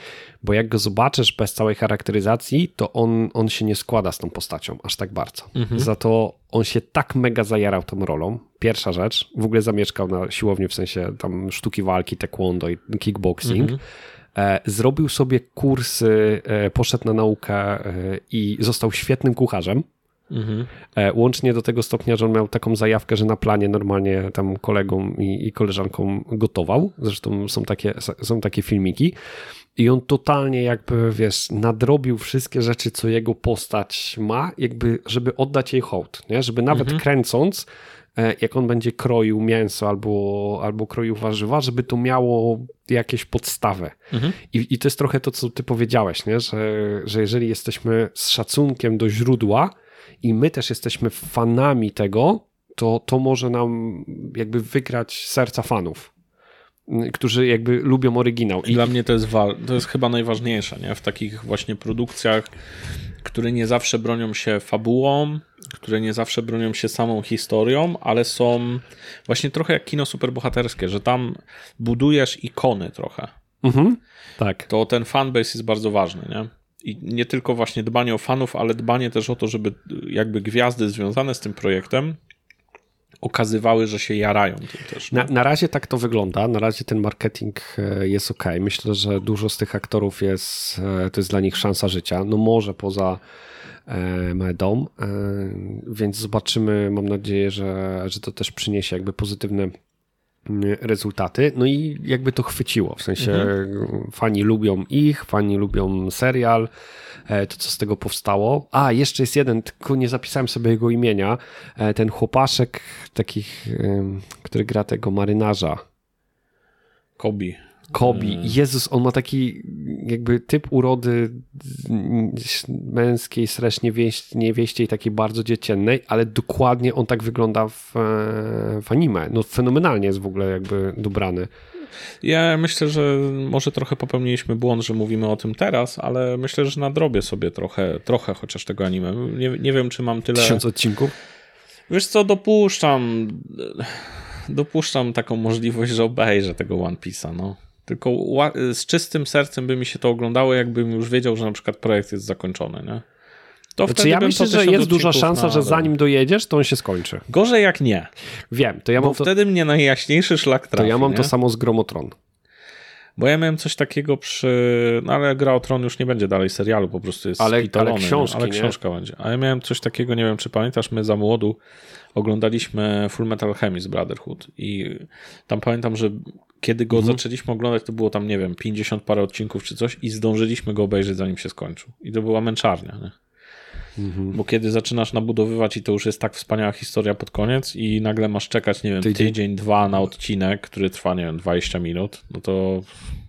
Speaker 2: Bo jak go zobaczysz bez całej charakteryzacji, to on, on się nie składa z tą postacią aż tak bardzo. Mhm. Za to on się tak mega zajarał tą rolą. Pierwsza rzecz, w ogóle zamieszkał na siłowni, w sensie tam sztuki walki, taekwondo i kickboxing. Mhm. E, zrobił sobie kursy, e, poszedł na naukę e, i został świetnym kucharzem. Mhm. E, łącznie do tego stopnia, że on miał taką zajawkę, że na planie normalnie tam kolegom i, i koleżankom gotował. Zresztą są takie, są takie filmiki. I on totalnie jakby, wiesz, nadrobił wszystkie rzeczy, co jego postać ma, jakby, żeby oddać jej hołd, nie? Żeby nawet mhm. kręcąc, jak on będzie kroił mięso albo, albo kroił warzywa, żeby to miało jakieś podstawę. Mhm. I, I to jest trochę to, co ty powiedziałeś, nie? Że, że jeżeli jesteśmy z szacunkiem do źródła i my też jesteśmy fanami tego, to to może nam jakby wygrać serca fanów, którzy jakby lubią oryginał.
Speaker 1: I dla mnie to jest, wa- to jest chyba najważniejsze, nie? W takich właśnie produkcjach, które nie zawsze bronią się fabułą, które nie zawsze bronią się samą historią, ale są właśnie trochę jak kino superbohaterskie, że tam budujesz ikony trochę. Mhm. Tak. To ten fanbase jest bardzo ważny, nie? I nie tylko właśnie dbanie o fanów, ale dbanie też o to, żeby jakby gwiazdy związane z tym projektem okazywały, że się jarają tym też.
Speaker 2: Na, na razie tak to wygląda, na razie ten marketing jest ok. Myślę, że dużo z tych aktorów jest, to jest dla nich szansa życia, no może poza e, Medą, e, więc zobaczymy, mam nadzieję, że, że to też przyniesie jakby pozytywne rezultaty, no i jakby to chwyciło, w sensie mhm. fani lubią ich, fani lubią serial, to co z tego powstało. A, jeszcze jest jeden, tylko nie zapisałem sobie jego imienia, ten chłopaszek takich, który gra tego marynarza.
Speaker 1: Kobi.
Speaker 2: Kobi. Jezus, on ma taki jakby typ urody męskiej, slash niewieściej, takiej bardzo dziecięcej, ale dokładnie on tak wygląda w, w anime. No fenomenalnie jest w ogóle jakby dobrany.
Speaker 1: Ja myślę, że może trochę popełniliśmy błąd, że mówimy o tym teraz, ale myślę, że nadrobię sobie trochę, trochę chociaż tego anime. Nie, nie wiem, czy mam tyle...
Speaker 2: Tysiąc odcinków?
Speaker 1: Wiesz co, dopuszczam dopuszczam taką możliwość, że obejrzę tego One Piece'a, no. Tylko z czystym sercem by mi się to oglądało, jakbym już wiedział, że na przykład projekt jest zakończony, nie? To
Speaker 2: znaczy, ja myślę, że jest duża szansa, na... że zanim dojedziesz, to on się skończy.
Speaker 1: Gorzej jak nie.
Speaker 2: Wiem. To ja
Speaker 1: Bo
Speaker 2: mam to...
Speaker 1: wtedy mnie najjaśniejszy szlak trafi.
Speaker 2: To ja mam
Speaker 1: nie?
Speaker 2: to samo z Grom o Tron.
Speaker 1: Bo ja miałem coś takiego przy... No ale Gra o Tron już nie będzie dalej serialu, po prostu jest
Speaker 2: ale,
Speaker 1: spitalony.
Speaker 2: Ale, książki,
Speaker 1: ale książka
Speaker 2: nie?
Speaker 1: będzie. A ja miałem coś takiego, nie wiem czy pamiętasz, my za młodu oglądaliśmy Full Metal Alchemist Brotherhood i tam pamiętam, że kiedy go mhm. zaczęliśmy oglądać, to było tam, nie wiem, pięćdziesiąt parę odcinków czy coś i zdążyliśmy go obejrzeć, zanim się skończył. I to była męczarnia, nie? Mhm. Bo kiedy zaczynasz nabudowywać i to już jest tak wspaniała historia pod koniec i nagle masz czekać, nie wiem, tydzień, tydzień dwa na odcinek, który trwa, nie wiem, dwadzieścia minut, no to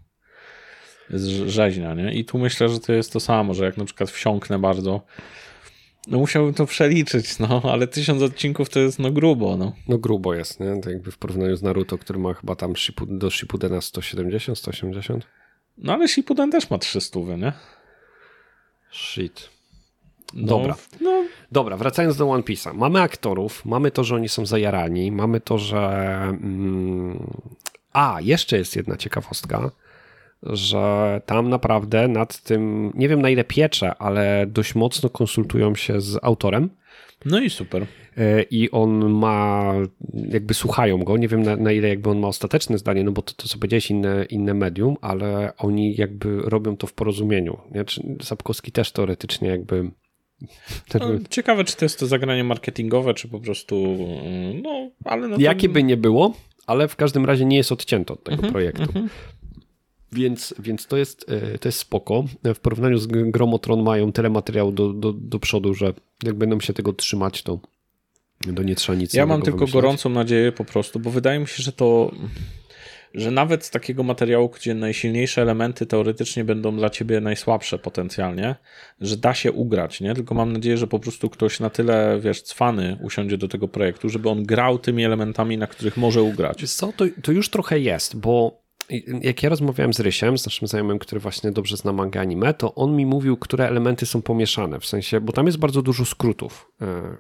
Speaker 1: jest rzeźnia, nie? I tu myślę, że to jest to samo, że jak na przykład wsiąknę bardzo, no musiałbym to przeliczyć, no, ale tysiąc odcinków to jest no grubo, no.
Speaker 2: No grubo jest, nie? To jakby w porównaniu z Naruto, który ma chyba tam do Shippudena sto siedemdziesiąt, sto osiemdziesiąt.
Speaker 1: No ale Shippuden też ma trzysta, nie?
Speaker 2: Shit.
Speaker 1: No,
Speaker 2: Dobra. No. Dobra, wracając do One Piece'a. Mamy aktorów, mamy to, że oni są zajarani, mamy to, że... Mm... A, jeszcze jest jedna ciekawostka, że tam naprawdę nad tym, nie wiem na ile pieczę, ale dość mocno konsultują się z autorem.
Speaker 1: No i super.
Speaker 2: I on ma, jakby słuchają go, nie wiem na, na ile jakby on ma ostateczne zdanie, no bo to, to co powiedziałeś, inne, inne medium, ale oni jakby robią to w porozumieniu. Nie? Sapkowski też teoretycznie jakby...
Speaker 1: No, ciekawe, czy to jest to zagranie marketingowe, czy po prostu, no, ale... No to...
Speaker 2: Jakie by nie było, ale w każdym razie nie jest odcięto od tego mm-hmm, projektu. Mm-hmm. Więc, więc to, jest, to jest spoko. W porównaniu z Gromotron mają tyle materiału do, do, do przodu, że jak będą się tego trzymać, to, to nie trzeba nic.
Speaker 1: Ja mam tylko
Speaker 2: wymyślać.
Speaker 1: gorącą nadzieję po prostu, bo wydaje mi się, że to, że nawet z takiego materiału, gdzie najsilniejsze elementy teoretycznie będą dla ciebie najsłabsze potencjalnie, że da się ugrać, nie? Tylko mam nadzieję, że po prostu ktoś na tyle, wiesz, cwany usiądzie do tego projektu, żeby on grał tymi elementami, na których może ugrać.
Speaker 2: Wiesz co, to, to już trochę jest, bo jak ja rozmawiałem z Rysiem, z naszym znajomym, który właśnie dobrze zna mangę anime, to on mi mówił, które elementy są pomieszane, w sensie, bo tam jest bardzo dużo skrótów.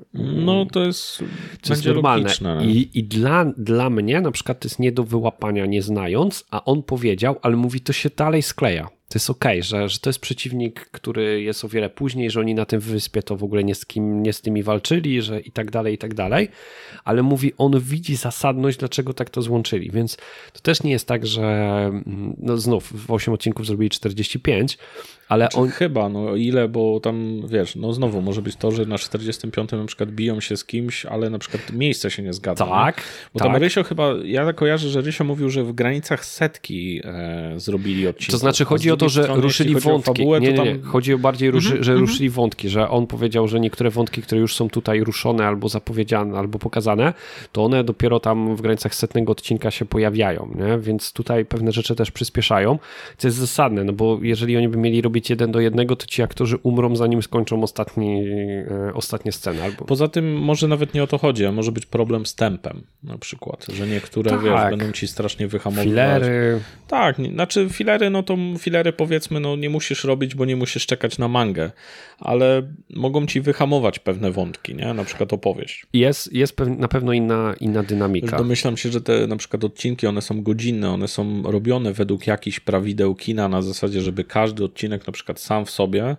Speaker 1: No to jest,
Speaker 2: to jest normalne. Logiczne, I, i dla, dla mnie na przykład to jest nie do wyłapania nie znając, a on powiedział, ale mówi, to się dalej skleja. To jest okej, okay, że, że to jest przeciwnik, który jest o wiele później, że oni na tym wyspie to w ogóle nie z kim, nie z tymi walczyli, że i tak dalej, i tak dalej, ale mówi, on widzi zasadność, dlaczego tak to złączyli, więc to też nie jest tak, że no znów w osiem odcinków zrobili czterdzieści pięć, ale
Speaker 1: znaczy,
Speaker 2: on...
Speaker 1: Chyba, no ile, bo tam wiesz, no znowu może być to, że na czterdziestym piątym na przykład biją się z kimś, ale na przykład miejsce się nie zgadza.
Speaker 2: Tak,
Speaker 1: nie? Bo
Speaker 2: tak.
Speaker 1: tam Rysio chyba, ja kojarzę, że Rysio mówił, że w granicach setki e, zrobili odcinek.
Speaker 2: To znaczy chodzi o to, że strony, ruszyli wątki. Fabułę, nie, nie, nie. Tam... Chodzi o bardziej, ruszy, mm-hmm, że mm-hmm. ruszyli wątki, że on powiedział, że niektóre wątki, które już są tutaj ruszone albo zapowiedziane, albo pokazane, to one dopiero tam w granicach setnego odcinka się pojawiają, nie? Więc tutaj pewne rzeczy też przyspieszają, co jest zasadne, no bo jeżeli oni by mieli robić jeden do jednego, to ci aktorzy umrą, zanim skończą ostatni, e, ostatnie sceny. Albo...
Speaker 1: Poza tym może nawet nie o to chodzi, a może być problem z tempem na przykład, że niektóre
Speaker 2: tak.
Speaker 1: wiesz, będą ci strasznie wyhamowywać.
Speaker 2: Filery.
Speaker 1: Tak, znaczy filery, no to filery powiedzmy, no nie musisz robić, bo nie musisz czekać na mangę, ale mogą ci wyhamować pewne wątki, nie? Na przykład opowieść.
Speaker 2: Jest, jest pew- na pewno inna, inna dynamika.
Speaker 1: Już domyślam się, że te na przykład odcinki, one są godzinne, one są robione według jakichś prawideł kina na zasadzie, żeby każdy odcinek na przykład sam w sobie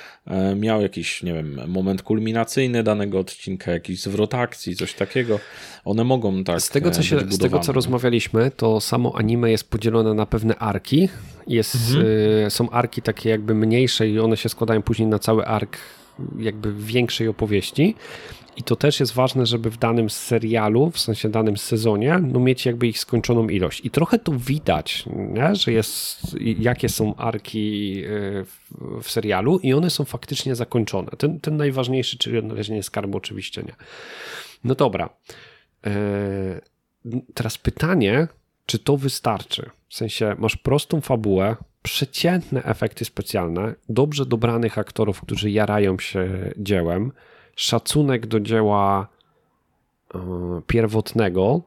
Speaker 1: miał jakiś, nie wiem, moment kulminacyjny danego odcinka, jakiś zwrot akcji, coś takiego. One mogą tak
Speaker 2: z tego, co się,
Speaker 1: być
Speaker 2: z tego, co rozmawialiśmy, to samo anime jest podzielone na pewne arki. Jest, mhm. y, są arki takie jakby mniejsze i one się składają później na cały ark jakby większej opowieści. I to też jest ważne, żeby w danym serialu, w sensie danym sezonie, no mieć jakby ich skończoną ilość. I trochę tu widać, nie? Że jest, jakie są arki w, w serialu i one są faktycznie zakończone. Ten, ten najważniejszy, czyli odnalezienie skarbu oczywiście nie. No dobra. Teraz pytanie, czy to wystarczy? W sensie masz prostą fabułę, przeciętne efekty specjalne, dobrze dobranych aktorów, którzy jarają się dziełem, szacunek do dzieła y, pierwotnego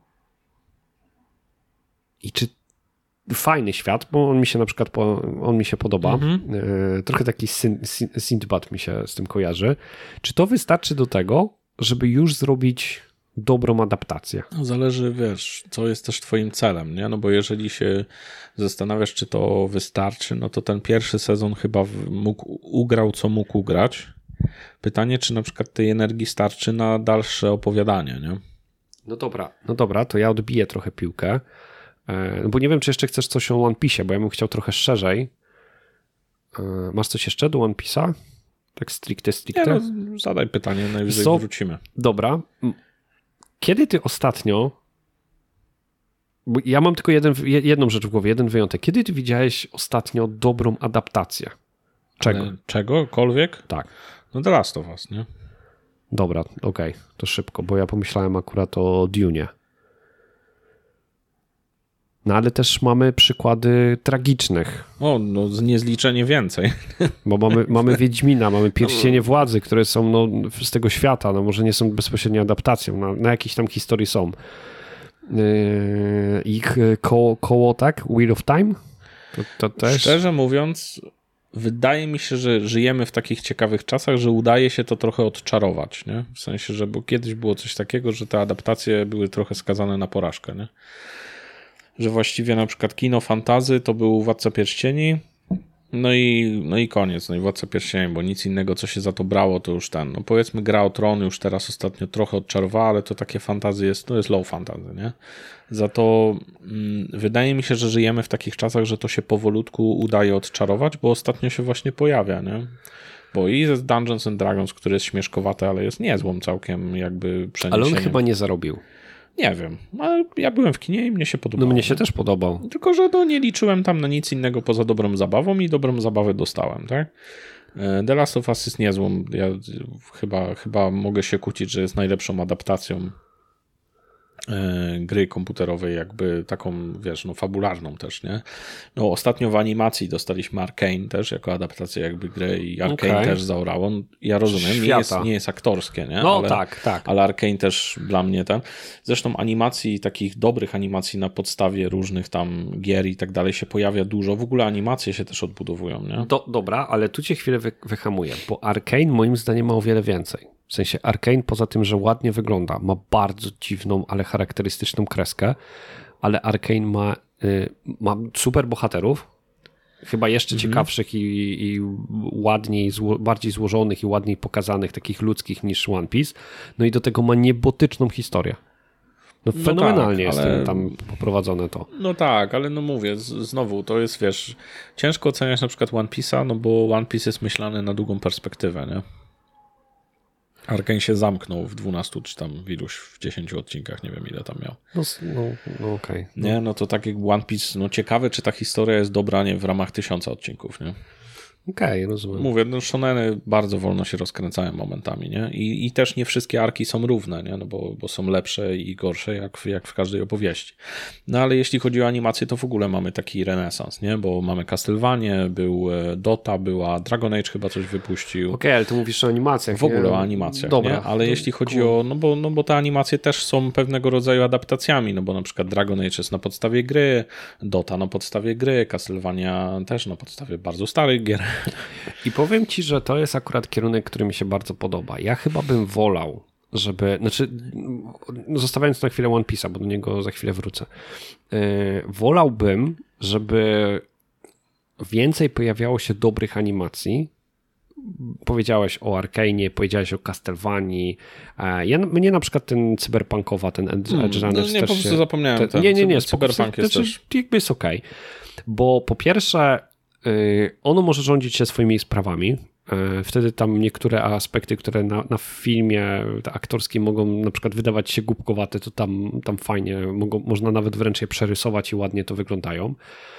Speaker 2: i czy fajny świat, bo on mi się na przykład po, on mi się podoba. Mm-hmm. Y, trochę taki syn, syn, Sindbad mi się z tym kojarzy. Czy to wystarczy do tego, żeby już zrobić dobrą adaptację?
Speaker 1: No zależy, wiesz, co jest też twoim celem, nie? No bo jeżeli się zastanawiasz, czy to wystarczy, no to ten pierwszy sezon chyba mógł, ugrał, co mógł ugrać. Pytanie, czy na przykład tej energii starczy na dalsze opowiadanie, nie?
Speaker 2: No dobra, no dobra, to ja odbiję trochę piłkę, no bo nie wiem, czy jeszcze chcesz coś o One Piece, bo ja bym chciał trochę szerzej. Masz coś jeszcze do One Piece'a? Tak stricte, stricte?
Speaker 1: Nie, no, zadaj pytanie, najwyżej so, wrócimy.
Speaker 2: Dobra. Kiedy ty ostatnio, bo ja mam tylko jeden, jedną rzecz w głowie, jeden wyjątek. Kiedy ty widziałeś ostatnio dobrą adaptację? Czego?
Speaker 1: Ale czegokolwiek?
Speaker 2: Tak.
Speaker 1: No The Last of Us, nie?
Speaker 2: Dobra, okej, okay, to szybko, bo ja pomyślałem akurat o Dune'ie. No ale też mamy przykłady tragicznych.
Speaker 1: O, no niezliczenie więcej.
Speaker 2: Bo mamy, mamy Wiedźmina, mamy Pierścienie Władzy, które są no, z tego świata, no może nie są bezpośrednio adaptacją, na, na jakiejś tam historii są. Yy, ich koło, koło, tak? Wheel of Time? To, to też...
Speaker 1: Szczerze mówiąc, wydaje mi się, że żyjemy w takich ciekawych czasach, że udaje się to trochę odczarować, nie? W sensie, że bo kiedyś było coś takiego, że te adaptacje były trochę skazane na porażkę, nie? Że właściwie na przykład kino fantazy to był Władca Pierścieni, no i, no i koniec, no i Władca Pierścieni, bo nic innego, co się za to brało, to już ten, no powiedzmy Gra o Tron już teraz ostatnio trochę odczarowała, ale to takie fantazy jest, to jest low fantasy, nie? Za to mm, wydaje mi się, że żyjemy w takich czasach, że to się powolutku udaje odczarować, bo ostatnio się właśnie pojawia, nie? Bo i jest Dungeons and Dragons, który jest śmieszkowaty, ale jest niezłą całkiem jakby przeniesieniem.
Speaker 2: Ale on chyba nie zarobił.
Speaker 1: Nie wiem, ale ja byłem w kinie i mnie się podobało.
Speaker 2: No mnie się też podobał.
Speaker 1: Tylko, że no, nie liczyłem tam na nic innego poza dobrą zabawą i dobrą zabawę dostałem, tak? The Last of Us jest niezłą. Ja chyba, chyba mogę się kłócić, że jest najlepszą adaptacją gry komputerowej, jakby taką, wiesz, no fabularną też, nie? No ostatnio w animacji dostaliśmy Arcane też jako adaptację jakby gry i Arcane okay. też zaorało. Ja rozumiem, nie jest, nie jest aktorskie, nie?
Speaker 2: No
Speaker 1: ale,
Speaker 2: tak, tak.
Speaker 1: Ale Arcane też dla mnie ten. Zresztą animacji, takich dobrych animacji na podstawie różnych tam gier i tak dalej się pojawia dużo. W ogóle animacje się też odbudowują, nie?
Speaker 2: Do, dobra, ale tu cię chwilę wy, wyhamuję, bo Arcane moim zdaniem ma o wiele więcej. W sensie Arcane poza tym, że ładnie wygląda, ma bardzo dziwną, ale charakterystyczną kreskę, ale Arcane ma, y, ma super bohaterów, chyba jeszcze mm-hmm. ciekawszych i, i ładniej, zło, bardziej złożonych i ładniej pokazanych, takich ludzkich niż One Piece. No i do tego ma niebotyczną historię. No, no fenomenalnie tak, jest ale... tam poprowadzone to.
Speaker 1: No tak, ale no mówię, z, znowu to jest, wiesz, ciężko oceniać na przykład One Piece'a, no bo One Piece jest myślany na długą perspektywę, nie? Arcane się zamknął w dwunastu czy tam w iluś, w dziesięciu odcinkach, nie wiem ile tam miał.
Speaker 2: No, no, no okej. Okay. No.
Speaker 1: Nie, no to tak jak One Piece, no ciekawe, czy ta historia jest dobra, nie, w ramach tysiąca odcinków, nie?
Speaker 2: Okej, okay, rozumiem.
Speaker 1: Mówię, no shoneny bardzo wolno się rozkręcają momentami, nie? I, i też nie wszystkie arki są równe, nie? No bo, bo są lepsze i gorsze, jak, jak w każdej opowieści. No ale jeśli chodzi o animację, to w ogóle mamy taki renesans, nie? Bo mamy Castlevanię, był Dota, była Dragon Age chyba coś wypuścił.
Speaker 2: Okej, okay, ale tu mówisz o animacjach.
Speaker 1: W ogóle nie? o animacjach, Dobra, nie? Ale to, jeśli chodzi cool. o, no bo, no bo te animacje też są pewnego rodzaju adaptacjami, no bo na przykład Dragon Age jest na podstawie gry, Dota na podstawie gry, Castlevania też na podstawie bardzo starych gier.
Speaker 2: I powiem ci, że to jest akurat kierunek, który mi się bardzo podoba. Ja chyba bym wolał, żeby, znaczy zostawiając na chwilę One Piece'a, bo do niego za chwilę wrócę, yy, wolałbym, żeby więcej pojawiało się dobrych animacji. Powiedziałeś o Arcane'ie, powiedziałeś o Castlevanii. Ja, mnie na przykład ten cyberpunkowa, ten Edge hmm, Runners
Speaker 1: no nie,
Speaker 2: też
Speaker 1: po prostu zapomniałem.
Speaker 2: Ten, nie, nie, nie.
Speaker 1: Cyberpunk jest też...
Speaker 2: Jakby jest okej. Okay. Bo po pierwsze ono może rządzić się swoimi sprawami. Wtedy tam niektóre aspekty, które na, na filmie aktorskim mogą na przykład wydawać się głupkowate, to tam, tam fajnie, mogą, można nawet wręcz je przerysować i ładnie to wyglądają.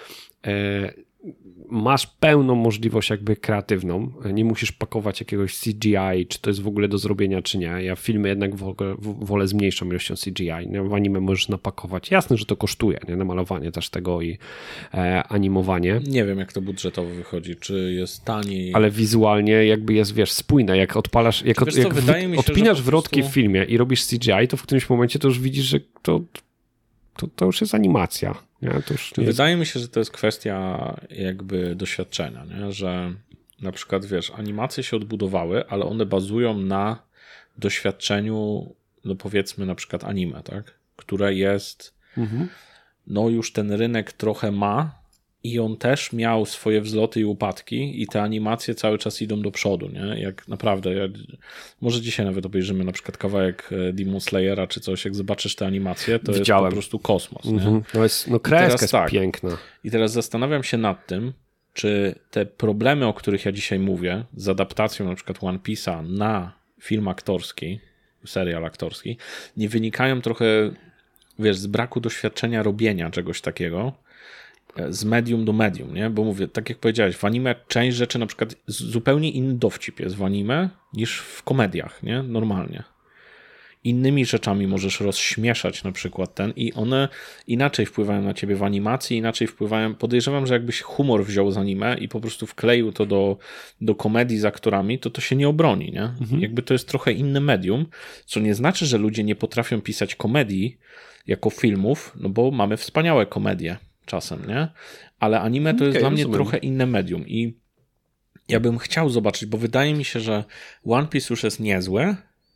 Speaker 2: Masz pełną możliwość jakby kreatywną, nie musisz pakować jakiegoś C G I, czy to jest w ogóle do zrobienia, czy nie. Ja filmy jednak wolę, wolę z mniejszą ilością C G I. W anime możesz napakować. Jasne, że to kosztuje, nie? Namalowanie też tego i e, animowanie.
Speaker 1: Nie wiem, jak to budżetowo wychodzi, czy jest taniej.
Speaker 2: Ale wizualnie jakby jest, wiesz, spójne. Jak odpalasz, jak, od, jak w, się, odpinasz wrotki prostu... w filmie i robisz C G I, to w którymś momencie to już widzisz, że to, to, to już jest animacja. Nie, to już nie
Speaker 1: Wydaje
Speaker 2: jest...
Speaker 1: mi się, że to jest kwestia jakby doświadczenia, nie? Że na przykład, wiesz, animacje się odbudowały, ale one bazują na doświadczeniu, no powiedzmy na przykład anime, tak? Które jest, mhm. no już ten rynek trochę ma i on też miał swoje wzloty i upadki i te animacje cały czas idą do przodu, nie? Jak naprawdę, ja, może dzisiaj nawet obejrzymy na przykład kawałek Demon Slayera czy coś, jak zobaczysz te animacje, to Widziałem. jest po prostu kosmos, nie?
Speaker 2: Mhm. No, jest, no kreska jest tak, piękna.
Speaker 1: I teraz zastanawiam się nad tym, czy te problemy, o których ja dzisiaj mówię, z adaptacją na przykład One Piece'a na film aktorski, serial aktorski, nie wynikają trochę, wiesz, z braku doświadczenia robienia czegoś takiego, z medium do medium, nie? Bo mówię, tak jak powiedziałeś, w anime część rzeczy, na przykład zupełnie inny dowcip jest w anime niż w komediach, nie? Normalnie. Innymi rzeczami możesz rozśmieszać na przykład ten i one inaczej wpływają na ciebie w animacji, inaczej wpływają, podejrzewam, że jakbyś humor wziął z anime i po prostu wkleił to do, do komedii z aktorami, to to się nie obroni, nie? Mhm. Jakby to jest trochę inne medium, co nie znaczy, że ludzie nie potrafią pisać komedii jako filmów, no bo mamy wspaniałe komedie czasem, nie? Ale anime to okay, jest dla mnie rozumiem. trochę inne medium i ja bym chciał zobaczyć, bo wydaje mi się, że One Piece już jest niezłe,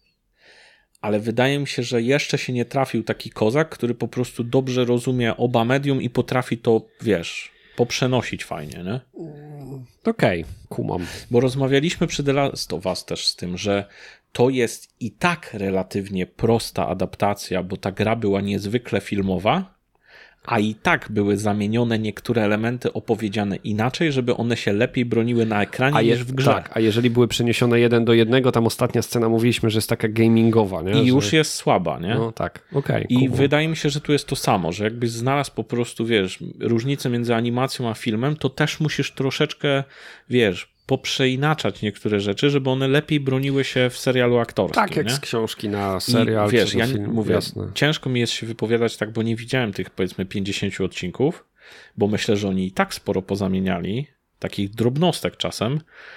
Speaker 1: ale wydaje mi się, że jeszcze się nie trafił taki kozak, który po prostu dobrze rozumie oba medium i potrafi to, wiesz, poprzenosić fajnie, nie?
Speaker 2: Okej, okay, kumam.
Speaker 1: Bo rozmawialiśmy przy The Last of Us też z tym, że to jest i tak relatywnie prosta adaptacja, bo ta gra była niezwykle filmowa, a i tak były zamienione niektóre elementy opowiedziane inaczej, żeby one się lepiej broniły na ekranie a je, niż w grze.
Speaker 2: Tak, a jeżeli były przeniesione jeden do jednego, tam ostatnia scena mówiliśmy, że jest taka gamingowa, nie?
Speaker 1: I
Speaker 2: że...
Speaker 1: już jest słaba, nie?
Speaker 2: No tak, okej. Okay,
Speaker 1: I
Speaker 2: cool.
Speaker 1: wydaje mi się, że tu jest to samo, że jakbyś znalazł po prostu, wiesz, różnicę między animacją a filmem, to też musisz troszeczkę, wiesz, poprzeinaczać niektóre rzeczy, żeby one lepiej broniły się w serialu aktorskim.
Speaker 2: Tak, jak
Speaker 1: nie?
Speaker 2: z książki na serial.
Speaker 1: I wiesz,
Speaker 2: czy
Speaker 1: ja
Speaker 2: film,
Speaker 1: mówię,
Speaker 2: jasne.
Speaker 1: ciężko mi jest się wypowiadać tak, bo nie widziałem tych powiedzmy pięćdziesięciu odcinków, bo myślę, że oni i tak sporo pozamieniali, takich drobnostek czasem.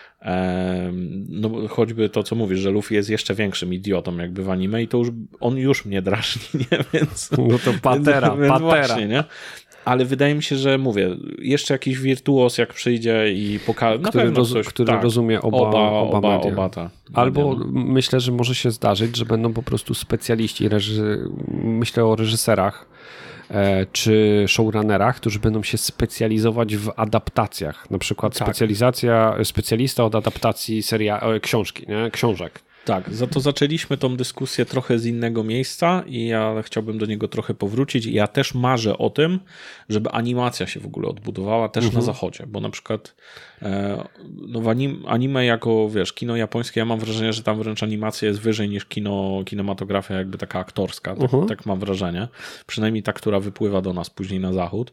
Speaker 1: Ehm, no choćby to, co mówisz, że Luffy jest jeszcze większym idiotą jakby w anime i to już, on już mnie drażni, nie? Więc,
Speaker 2: no to patera,
Speaker 1: więc, więc
Speaker 2: patera.
Speaker 1: Właśnie, nie? Ale wydaje mi się, że mówię, jeszcze jakiś wirtuos jak przyjdzie i pokaże,
Speaker 2: który, roz,
Speaker 1: coś,
Speaker 2: który
Speaker 1: tak,
Speaker 2: rozumie oba,
Speaker 1: oba,
Speaker 2: oba,
Speaker 1: oba,
Speaker 2: media.
Speaker 1: oba ta,
Speaker 2: Albo
Speaker 1: media.
Speaker 2: myślę, że może się zdarzyć, że będą po prostu specjaliści, reży... myślę o reżyserach e, czy showrunnerach, którzy będą się specjalizować w adaptacjach. Na przykład
Speaker 1: tak.
Speaker 2: specjalizacja, specjalista od adaptacji seria, e, książki, nie? książek.
Speaker 1: Tak, za to zaczęliśmy tą dyskusję trochę z innego miejsca i ja chciałbym do niego trochę powrócić. I ja też marzę o tym, żeby animacja się w ogóle odbudowała też mhm. na zachodzie, bo na przykład e, no w anim, anime jako, wiesz, kino japońskie, ja mam wrażenie, że tam wręcz animacja jest wyżej niż kino, kinematografia jakby taka aktorska, tak, mhm. tak mam wrażenie. Przynajmniej ta, która wypływa do nas później na zachód.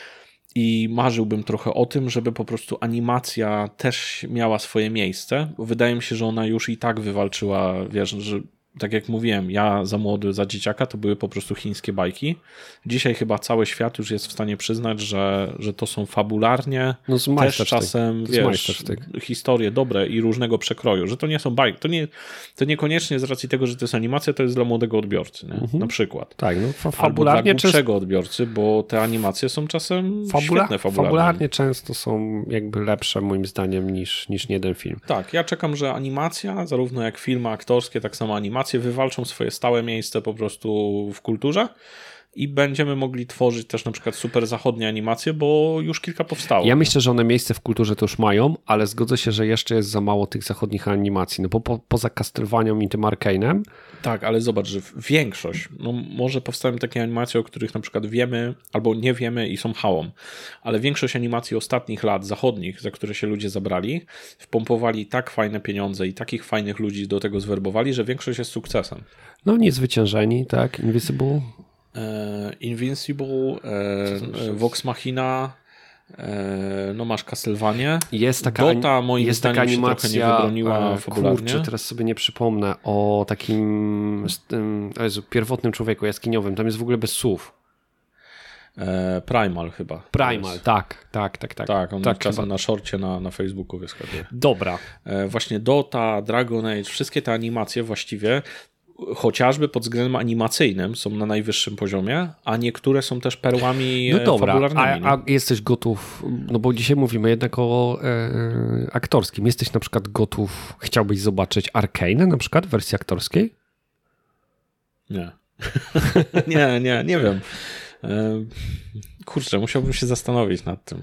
Speaker 1: I marzyłbym trochę o tym, żeby po prostu animacja też miała swoje miejsce, bo wydaje mi się, że ona już i tak wywalczyła, wiesz, że tak jak mówiłem, ja za młody, za dzieciaka to były po prostu chińskie bajki. Dzisiaj chyba cały świat już jest w stanie przyznać, że, że to są fabularnie
Speaker 2: no
Speaker 1: też czasem, wiesz, historie dobre i różnego przekroju, że to nie są bajki. To, nie, to niekoniecznie z racji tego, że to jest animacja, to jest dla młodego odbiorcy, nie? Mhm. Na przykład.
Speaker 2: Tak, no fa
Speaker 1: fabularnie albo dla głupszego często... odbiorcy, bo te animacje są czasem Fabula... świetne fabularnie.
Speaker 2: Fabularnie często są jakby lepsze moim zdaniem niż, niż jeden film.
Speaker 1: Tak, ja czekam, że animacja, zarówno jak filmy aktorskie, tak samo animacje wywalczą swoje stałe miejsce po prostu w kulturze i będziemy mogli tworzyć też na przykład super zachodnie animacje, bo już kilka powstało.
Speaker 2: Ja myślę, że one miejsce w kulturze to już mają, ale zgodzę się, że jeszcze jest za mało tych zachodnich animacji, no bo po, poza Castlevanią i tym Arcane'em.
Speaker 1: Tak, ale zobacz, że większość, no może powstają takie animacje, o których na przykład wiemy albo nie wiemy i są hałą, ale większość animacji ostatnich lat zachodnich, za które się ludzie zabrali, wpompowali tak fajne pieniądze i takich fajnych ludzi do tego zwerbowali, że większość jest sukcesem.
Speaker 2: No Niezwyciężeni, tak, Invisible.
Speaker 1: E, Invincible, e, Vox Machina, e, no masz Castlevanię.
Speaker 2: Jest taka,
Speaker 1: Dota moim
Speaker 2: jest
Speaker 1: zdaniem
Speaker 2: taka
Speaker 1: animacja, się trochę nie wybroniła fabularnie.
Speaker 2: Kurczę, teraz sobie nie przypomnę o takim tym, o Jezu, pierwotnym człowieku jaskiniowym, tam jest w ogóle bez słów.
Speaker 1: E, Primal chyba.
Speaker 2: Primal, tak, tak, tak, tak.
Speaker 1: Tak, on
Speaker 2: tak,
Speaker 1: czasem na szorcie na, na Facebooku wyskakuje.
Speaker 2: Dobra.
Speaker 1: E, właśnie Dota, Dragon Age, wszystkie te animacje właściwie chociażby pod względem animacyjnym są na najwyższym poziomie, a niektóre są też perłami
Speaker 2: no dobra,
Speaker 1: fabularnymi.
Speaker 2: A, a jesteś gotów, no bo dzisiaj mówimy jednak o e, aktorskim, jesteś na przykład gotów, chciałbyś zobaczyć Arcane na przykład w wersji aktorskiej?
Speaker 1: Nie. nie, nie, nie wiem. E, kurczę, musiałbym się zastanowić nad tym.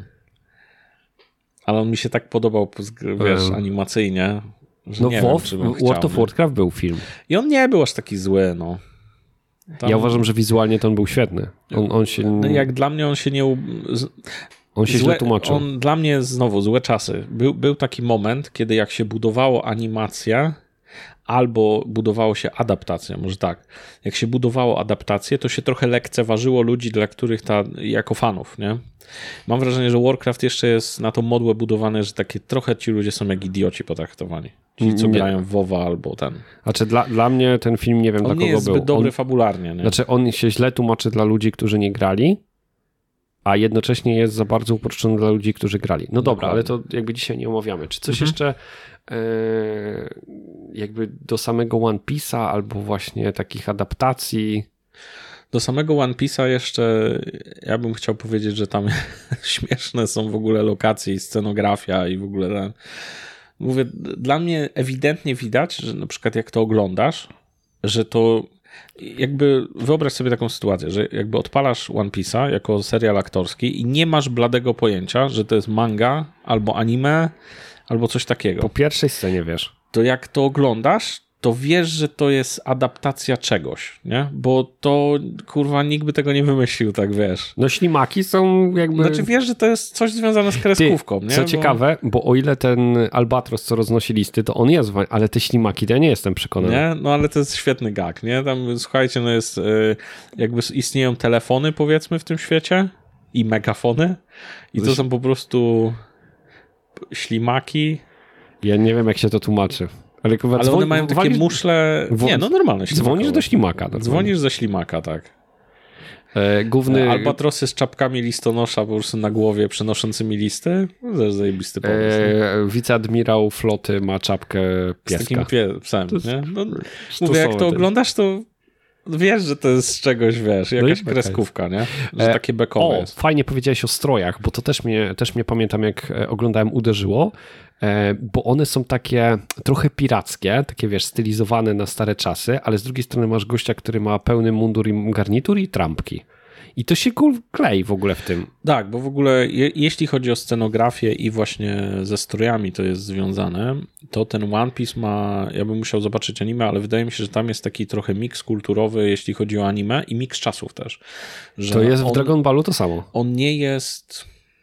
Speaker 1: Ale on mi się tak podobał, wiesz, um. animacyjnie, że
Speaker 2: no
Speaker 1: nie
Speaker 2: WoW,
Speaker 1: wiem, czy bym
Speaker 2: World
Speaker 1: chciał,
Speaker 2: of Warcraft był film.
Speaker 1: I on nie był aż taki zły, no.
Speaker 2: Tam... Ja uważam, że wizualnie to on był świetny. On, on się...
Speaker 1: No jak dla mnie on się nie...
Speaker 2: On się
Speaker 1: złe...
Speaker 2: źle tłumaczył.
Speaker 1: On dla mnie znowu złe czasy. Był, był taki moment, kiedy jak się budowało animację albo budowało się adaptację, może tak. Jak się budowało adaptację, to się trochę lekceważyło ludzi, dla których ta, jako fanów, nie? Mam wrażenie, że Warcraft jeszcze jest na tą modłę budowany, że takie trochę ci ludzie są jak idioci potraktowani. Ci, co nie. grają w WoWa albo ten.
Speaker 2: Znaczy dla, dla mnie ten film nie wiem
Speaker 1: on
Speaker 2: dla kogo był.
Speaker 1: On nie jest zbyt dobry
Speaker 2: on,
Speaker 1: fabularnie. Nie?
Speaker 2: Znaczy on się źle tłumaczy dla ludzi, którzy nie grali, a jednocześnie jest za bardzo uproszczony dla ludzi, którzy grali. No dobra, ale to jakby dzisiaj nie omawiamy. Czy coś mhm. jeszcze e, jakby do samego One Piece'a albo właśnie takich adaptacji?
Speaker 1: Do samego One Piece'a jeszcze ja bym chciał powiedzieć, że tam śmieszne są w ogóle lokacje i scenografia i w ogóle ten... Mówię, dla mnie ewidentnie widać, że na przykład jak to oglądasz, że to jakby wyobraź sobie taką sytuację, że jakby odpalasz One Piece'a jako serial aktorski i nie masz bladego pojęcia, że to jest manga albo anime albo coś takiego.
Speaker 2: Po pierwszej scenie wiesz.
Speaker 1: To jak to oglądasz, to wiesz, że to jest adaptacja czegoś, nie? Bo to, kurwa, nikt by tego nie wymyślił, tak wiesz.
Speaker 2: No ślimaki są jakby...
Speaker 1: Znaczy wiesz, że to jest coś związane z kreskówką,
Speaker 2: Ty,
Speaker 1: nie?
Speaker 2: Co
Speaker 1: bo...
Speaker 2: ciekawe, bo o ile ten Albatros, co roznosi listy, to on jest, ale te ślimaki, to ja nie jestem przekonany.
Speaker 1: Nie? No ale to jest świetny gag, nie? Tam, słuchajcie, no jest, yy, jakby istnieją telefony, powiedzmy, w tym świecie i megafony i to są po prostu ślimaki.
Speaker 2: Ja nie wiem, jak się to tłumaczy. Ale, kurwa,
Speaker 1: ale
Speaker 2: dzwoni,
Speaker 1: one mają takie
Speaker 2: walisz,
Speaker 1: muszle... Nie, no normalne.
Speaker 2: Dzwonisz do ślimaka. No,
Speaker 1: dzwonisz ze ślimaka, tak.
Speaker 2: E, główny...
Speaker 1: Albatrosy z czapkami listonosza po prostu na głowie przenoszącymi listy. To jest zajebisty pomysł.
Speaker 2: E, wiceadmirał floty ma czapkę pieska.
Speaker 1: Z takim pie- psem, nie? No, mówię, jak to oglądasz, to wiesz, że to jest z czegoś, wiesz, jakaś no kreskówka, nie? Że takie bekowe
Speaker 2: o,
Speaker 1: jest.
Speaker 2: Fajnie powiedziałeś o strojach, bo to też mnie, też mnie pamiętam, jak oglądałem, uderzyło, bo one są takie trochę pirackie, takie wiesz, stylizowane na stare czasy, ale z drugiej strony masz gościa, który ma pełny mundur i garnitur i trampki. I to się klei w ogóle w tym.
Speaker 1: Tak, bo w ogóle je, jeśli chodzi o scenografię i właśnie ze strojami to jest związane, to ten One Piece ma, ja bym musiał zobaczyć anime, ale wydaje mi się, że tam jest taki trochę miks kulturowy, jeśli chodzi o anime i miks czasów też. Że
Speaker 2: to jest w
Speaker 1: on,
Speaker 2: Dragon Ballu to samo.
Speaker 1: On nie jest...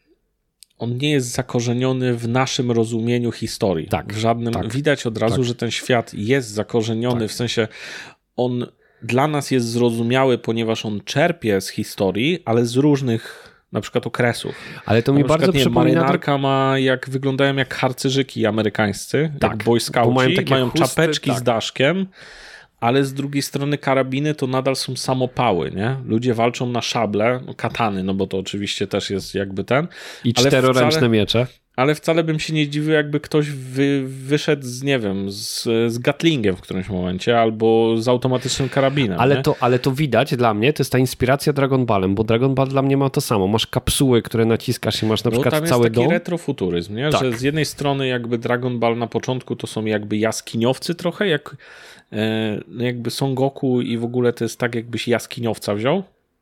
Speaker 1: on nie jest zakorzeniony w naszym rozumieniu historii.
Speaker 2: Tak,
Speaker 1: w żadnym,
Speaker 2: tak,
Speaker 1: widać od razu,
Speaker 2: tak.
Speaker 1: że ten świat jest zakorzeniony,
Speaker 2: tak.
Speaker 1: w sensie on dla nas jest zrozumiały, ponieważ on czerpie z historii, ale z różnych na przykład okresów.
Speaker 2: Ale to mi
Speaker 1: na
Speaker 2: bardzo
Speaker 1: przykład, nie,
Speaker 2: przypomina...
Speaker 1: Marynarka ma, jak wyglądają jak harcerzyki amerykańscy,
Speaker 2: tak,
Speaker 1: jak boy scouci,
Speaker 2: mają, takie
Speaker 1: mają
Speaker 2: chusty,
Speaker 1: czapeczki
Speaker 2: tak.
Speaker 1: z daszkiem, ale z drugiej strony karabiny to nadal są samopały, nie? Ludzie walczą na szable, no katany, no bo to oczywiście też jest jakby ten.
Speaker 2: I czteroręczne
Speaker 1: wcale,
Speaker 2: miecze.
Speaker 1: Ale wcale bym się nie dziwił, jakby ktoś wy, wyszedł z, nie wiem, z, z Gatlingiem w którymś momencie, albo z automatycznym karabinem.
Speaker 2: Ale
Speaker 1: nie?
Speaker 2: to, ale to widać dla mnie, to jest ta inspiracja Dragon Ballem, bo Dragon Ball dla mnie ma to samo. Masz kapsuły, które naciskasz i masz na
Speaker 1: no,
Speaker 2: przykład
Speaker 1: tam
Speaker 2: cały
Speaker 1: jest taki
Speaker 2: dom.
Speaker 1: retrofuturyzm, nie?
Speaker 2: Tak.
Speaker 1: Że z jednej strony jakby Dragon Ball na początku to są jakby jaskiniowcy trochę, jak e, jakby Son Goku i w ogóle to jest tak, jakbyś jaskiniowca wziął.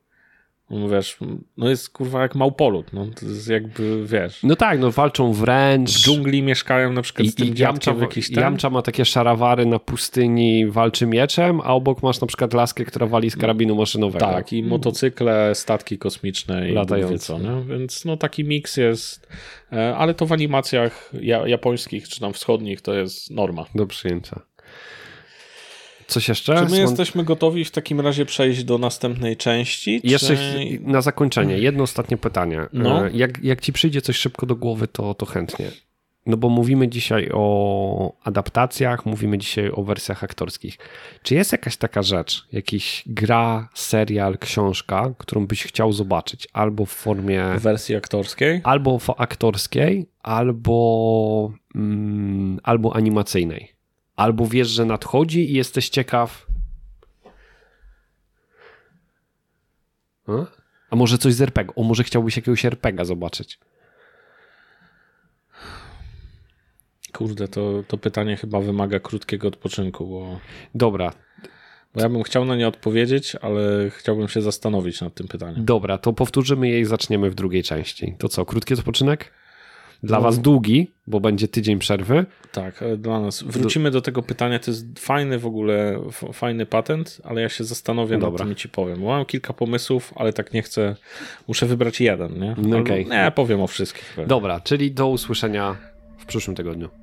Speaker 1: No wiesz, no jest kurwa jak małpolut, no to jest jakby, wiesz.
Speaker 2: No tak, no walczą wręcz.
Speaker 1: W dżungli mieszkają na przykład
Speaker 2: I,
Speaker 1: z tym
Speaker 2: i
Speaker 1: dziadkiem
Speaker 2: Yamcha,
Speaker 1: jakiś ten.
Speaker 2: Yamcha ma takie szarawary na pustyni, walczy mieczem, a obok masz na przykład laskę, która wali z karabinu maszynowego.
Speaker 1: Tak, i motocykle, statki kosmiczne i
Speaker 2: latające.
Speaker 1: co, nie? Więc no taki miks jest, ale to w animacjach japońskich czy tam wschodnich to jest norma.
Speaker 2: Do przyjęcia. Coś jeszcze?
Speaker 1: Czy my jesteśmy gotowi w takim razie przejść do następnej części?
Speaker 2: Jeszcze
Speaker 1: czy...
Speaker 2: na zakończenie, jedno ostatnie pytanie.
Speaker 1: No.
Speaker 2: Jak, jak ci przyjdzie coś szybko do głowy, to, to chętnie. No bo mówimy dzisiaj o adaptacjach, mówimy dzisiaj o wersjach aktorskich. Czy jest jakaś taka rzecz, jakiś gra, serial, książka, którą byś chciał zobaczyć? Albo w formie...
Speaker 1: W wersji aktorskiej?
Speaker 2: Albo w aktorskiej, albo, mm, albo animacyjnej. Albo wiesz, że nadchodzi i jesteś ciekaw. A, A może coś z er pe gie? O, może chciałbyś jakiegoś er pe gie zobaczyć?
Speaker 1: Kurde, to, to pytanie chyba wymaga krótkiego odpoczynku, bo...
Speaker 2: Dobra.
Speaker 1: Bo ja bym chciał na nie odpowiedzieć, ale chciałbym się zastanowić nad tym pytaniem.
Speaker 2: Dobra, to powtórzymy je i zaczniemy w drugiej części. To co, krótki odpoczynek? Dla no. was długi, bo będzie tydzień przerwy.
Speaker 1: Tak, dla nas. Wrócimy do tego pytania, to jest fajny w ogóle, fajny patent, ale ja się zastanowię nad tym i ci powiem. Bo mam kilka pomysłów, ale tak nie chcę, muszę wybrać jeden, nie?
Speaker 2: Okay.
Speaker 1: Nie, powiem o wszystkich.
Speaker 2: Dobra, czyli do usłyszenia w przyszłym tygodniu.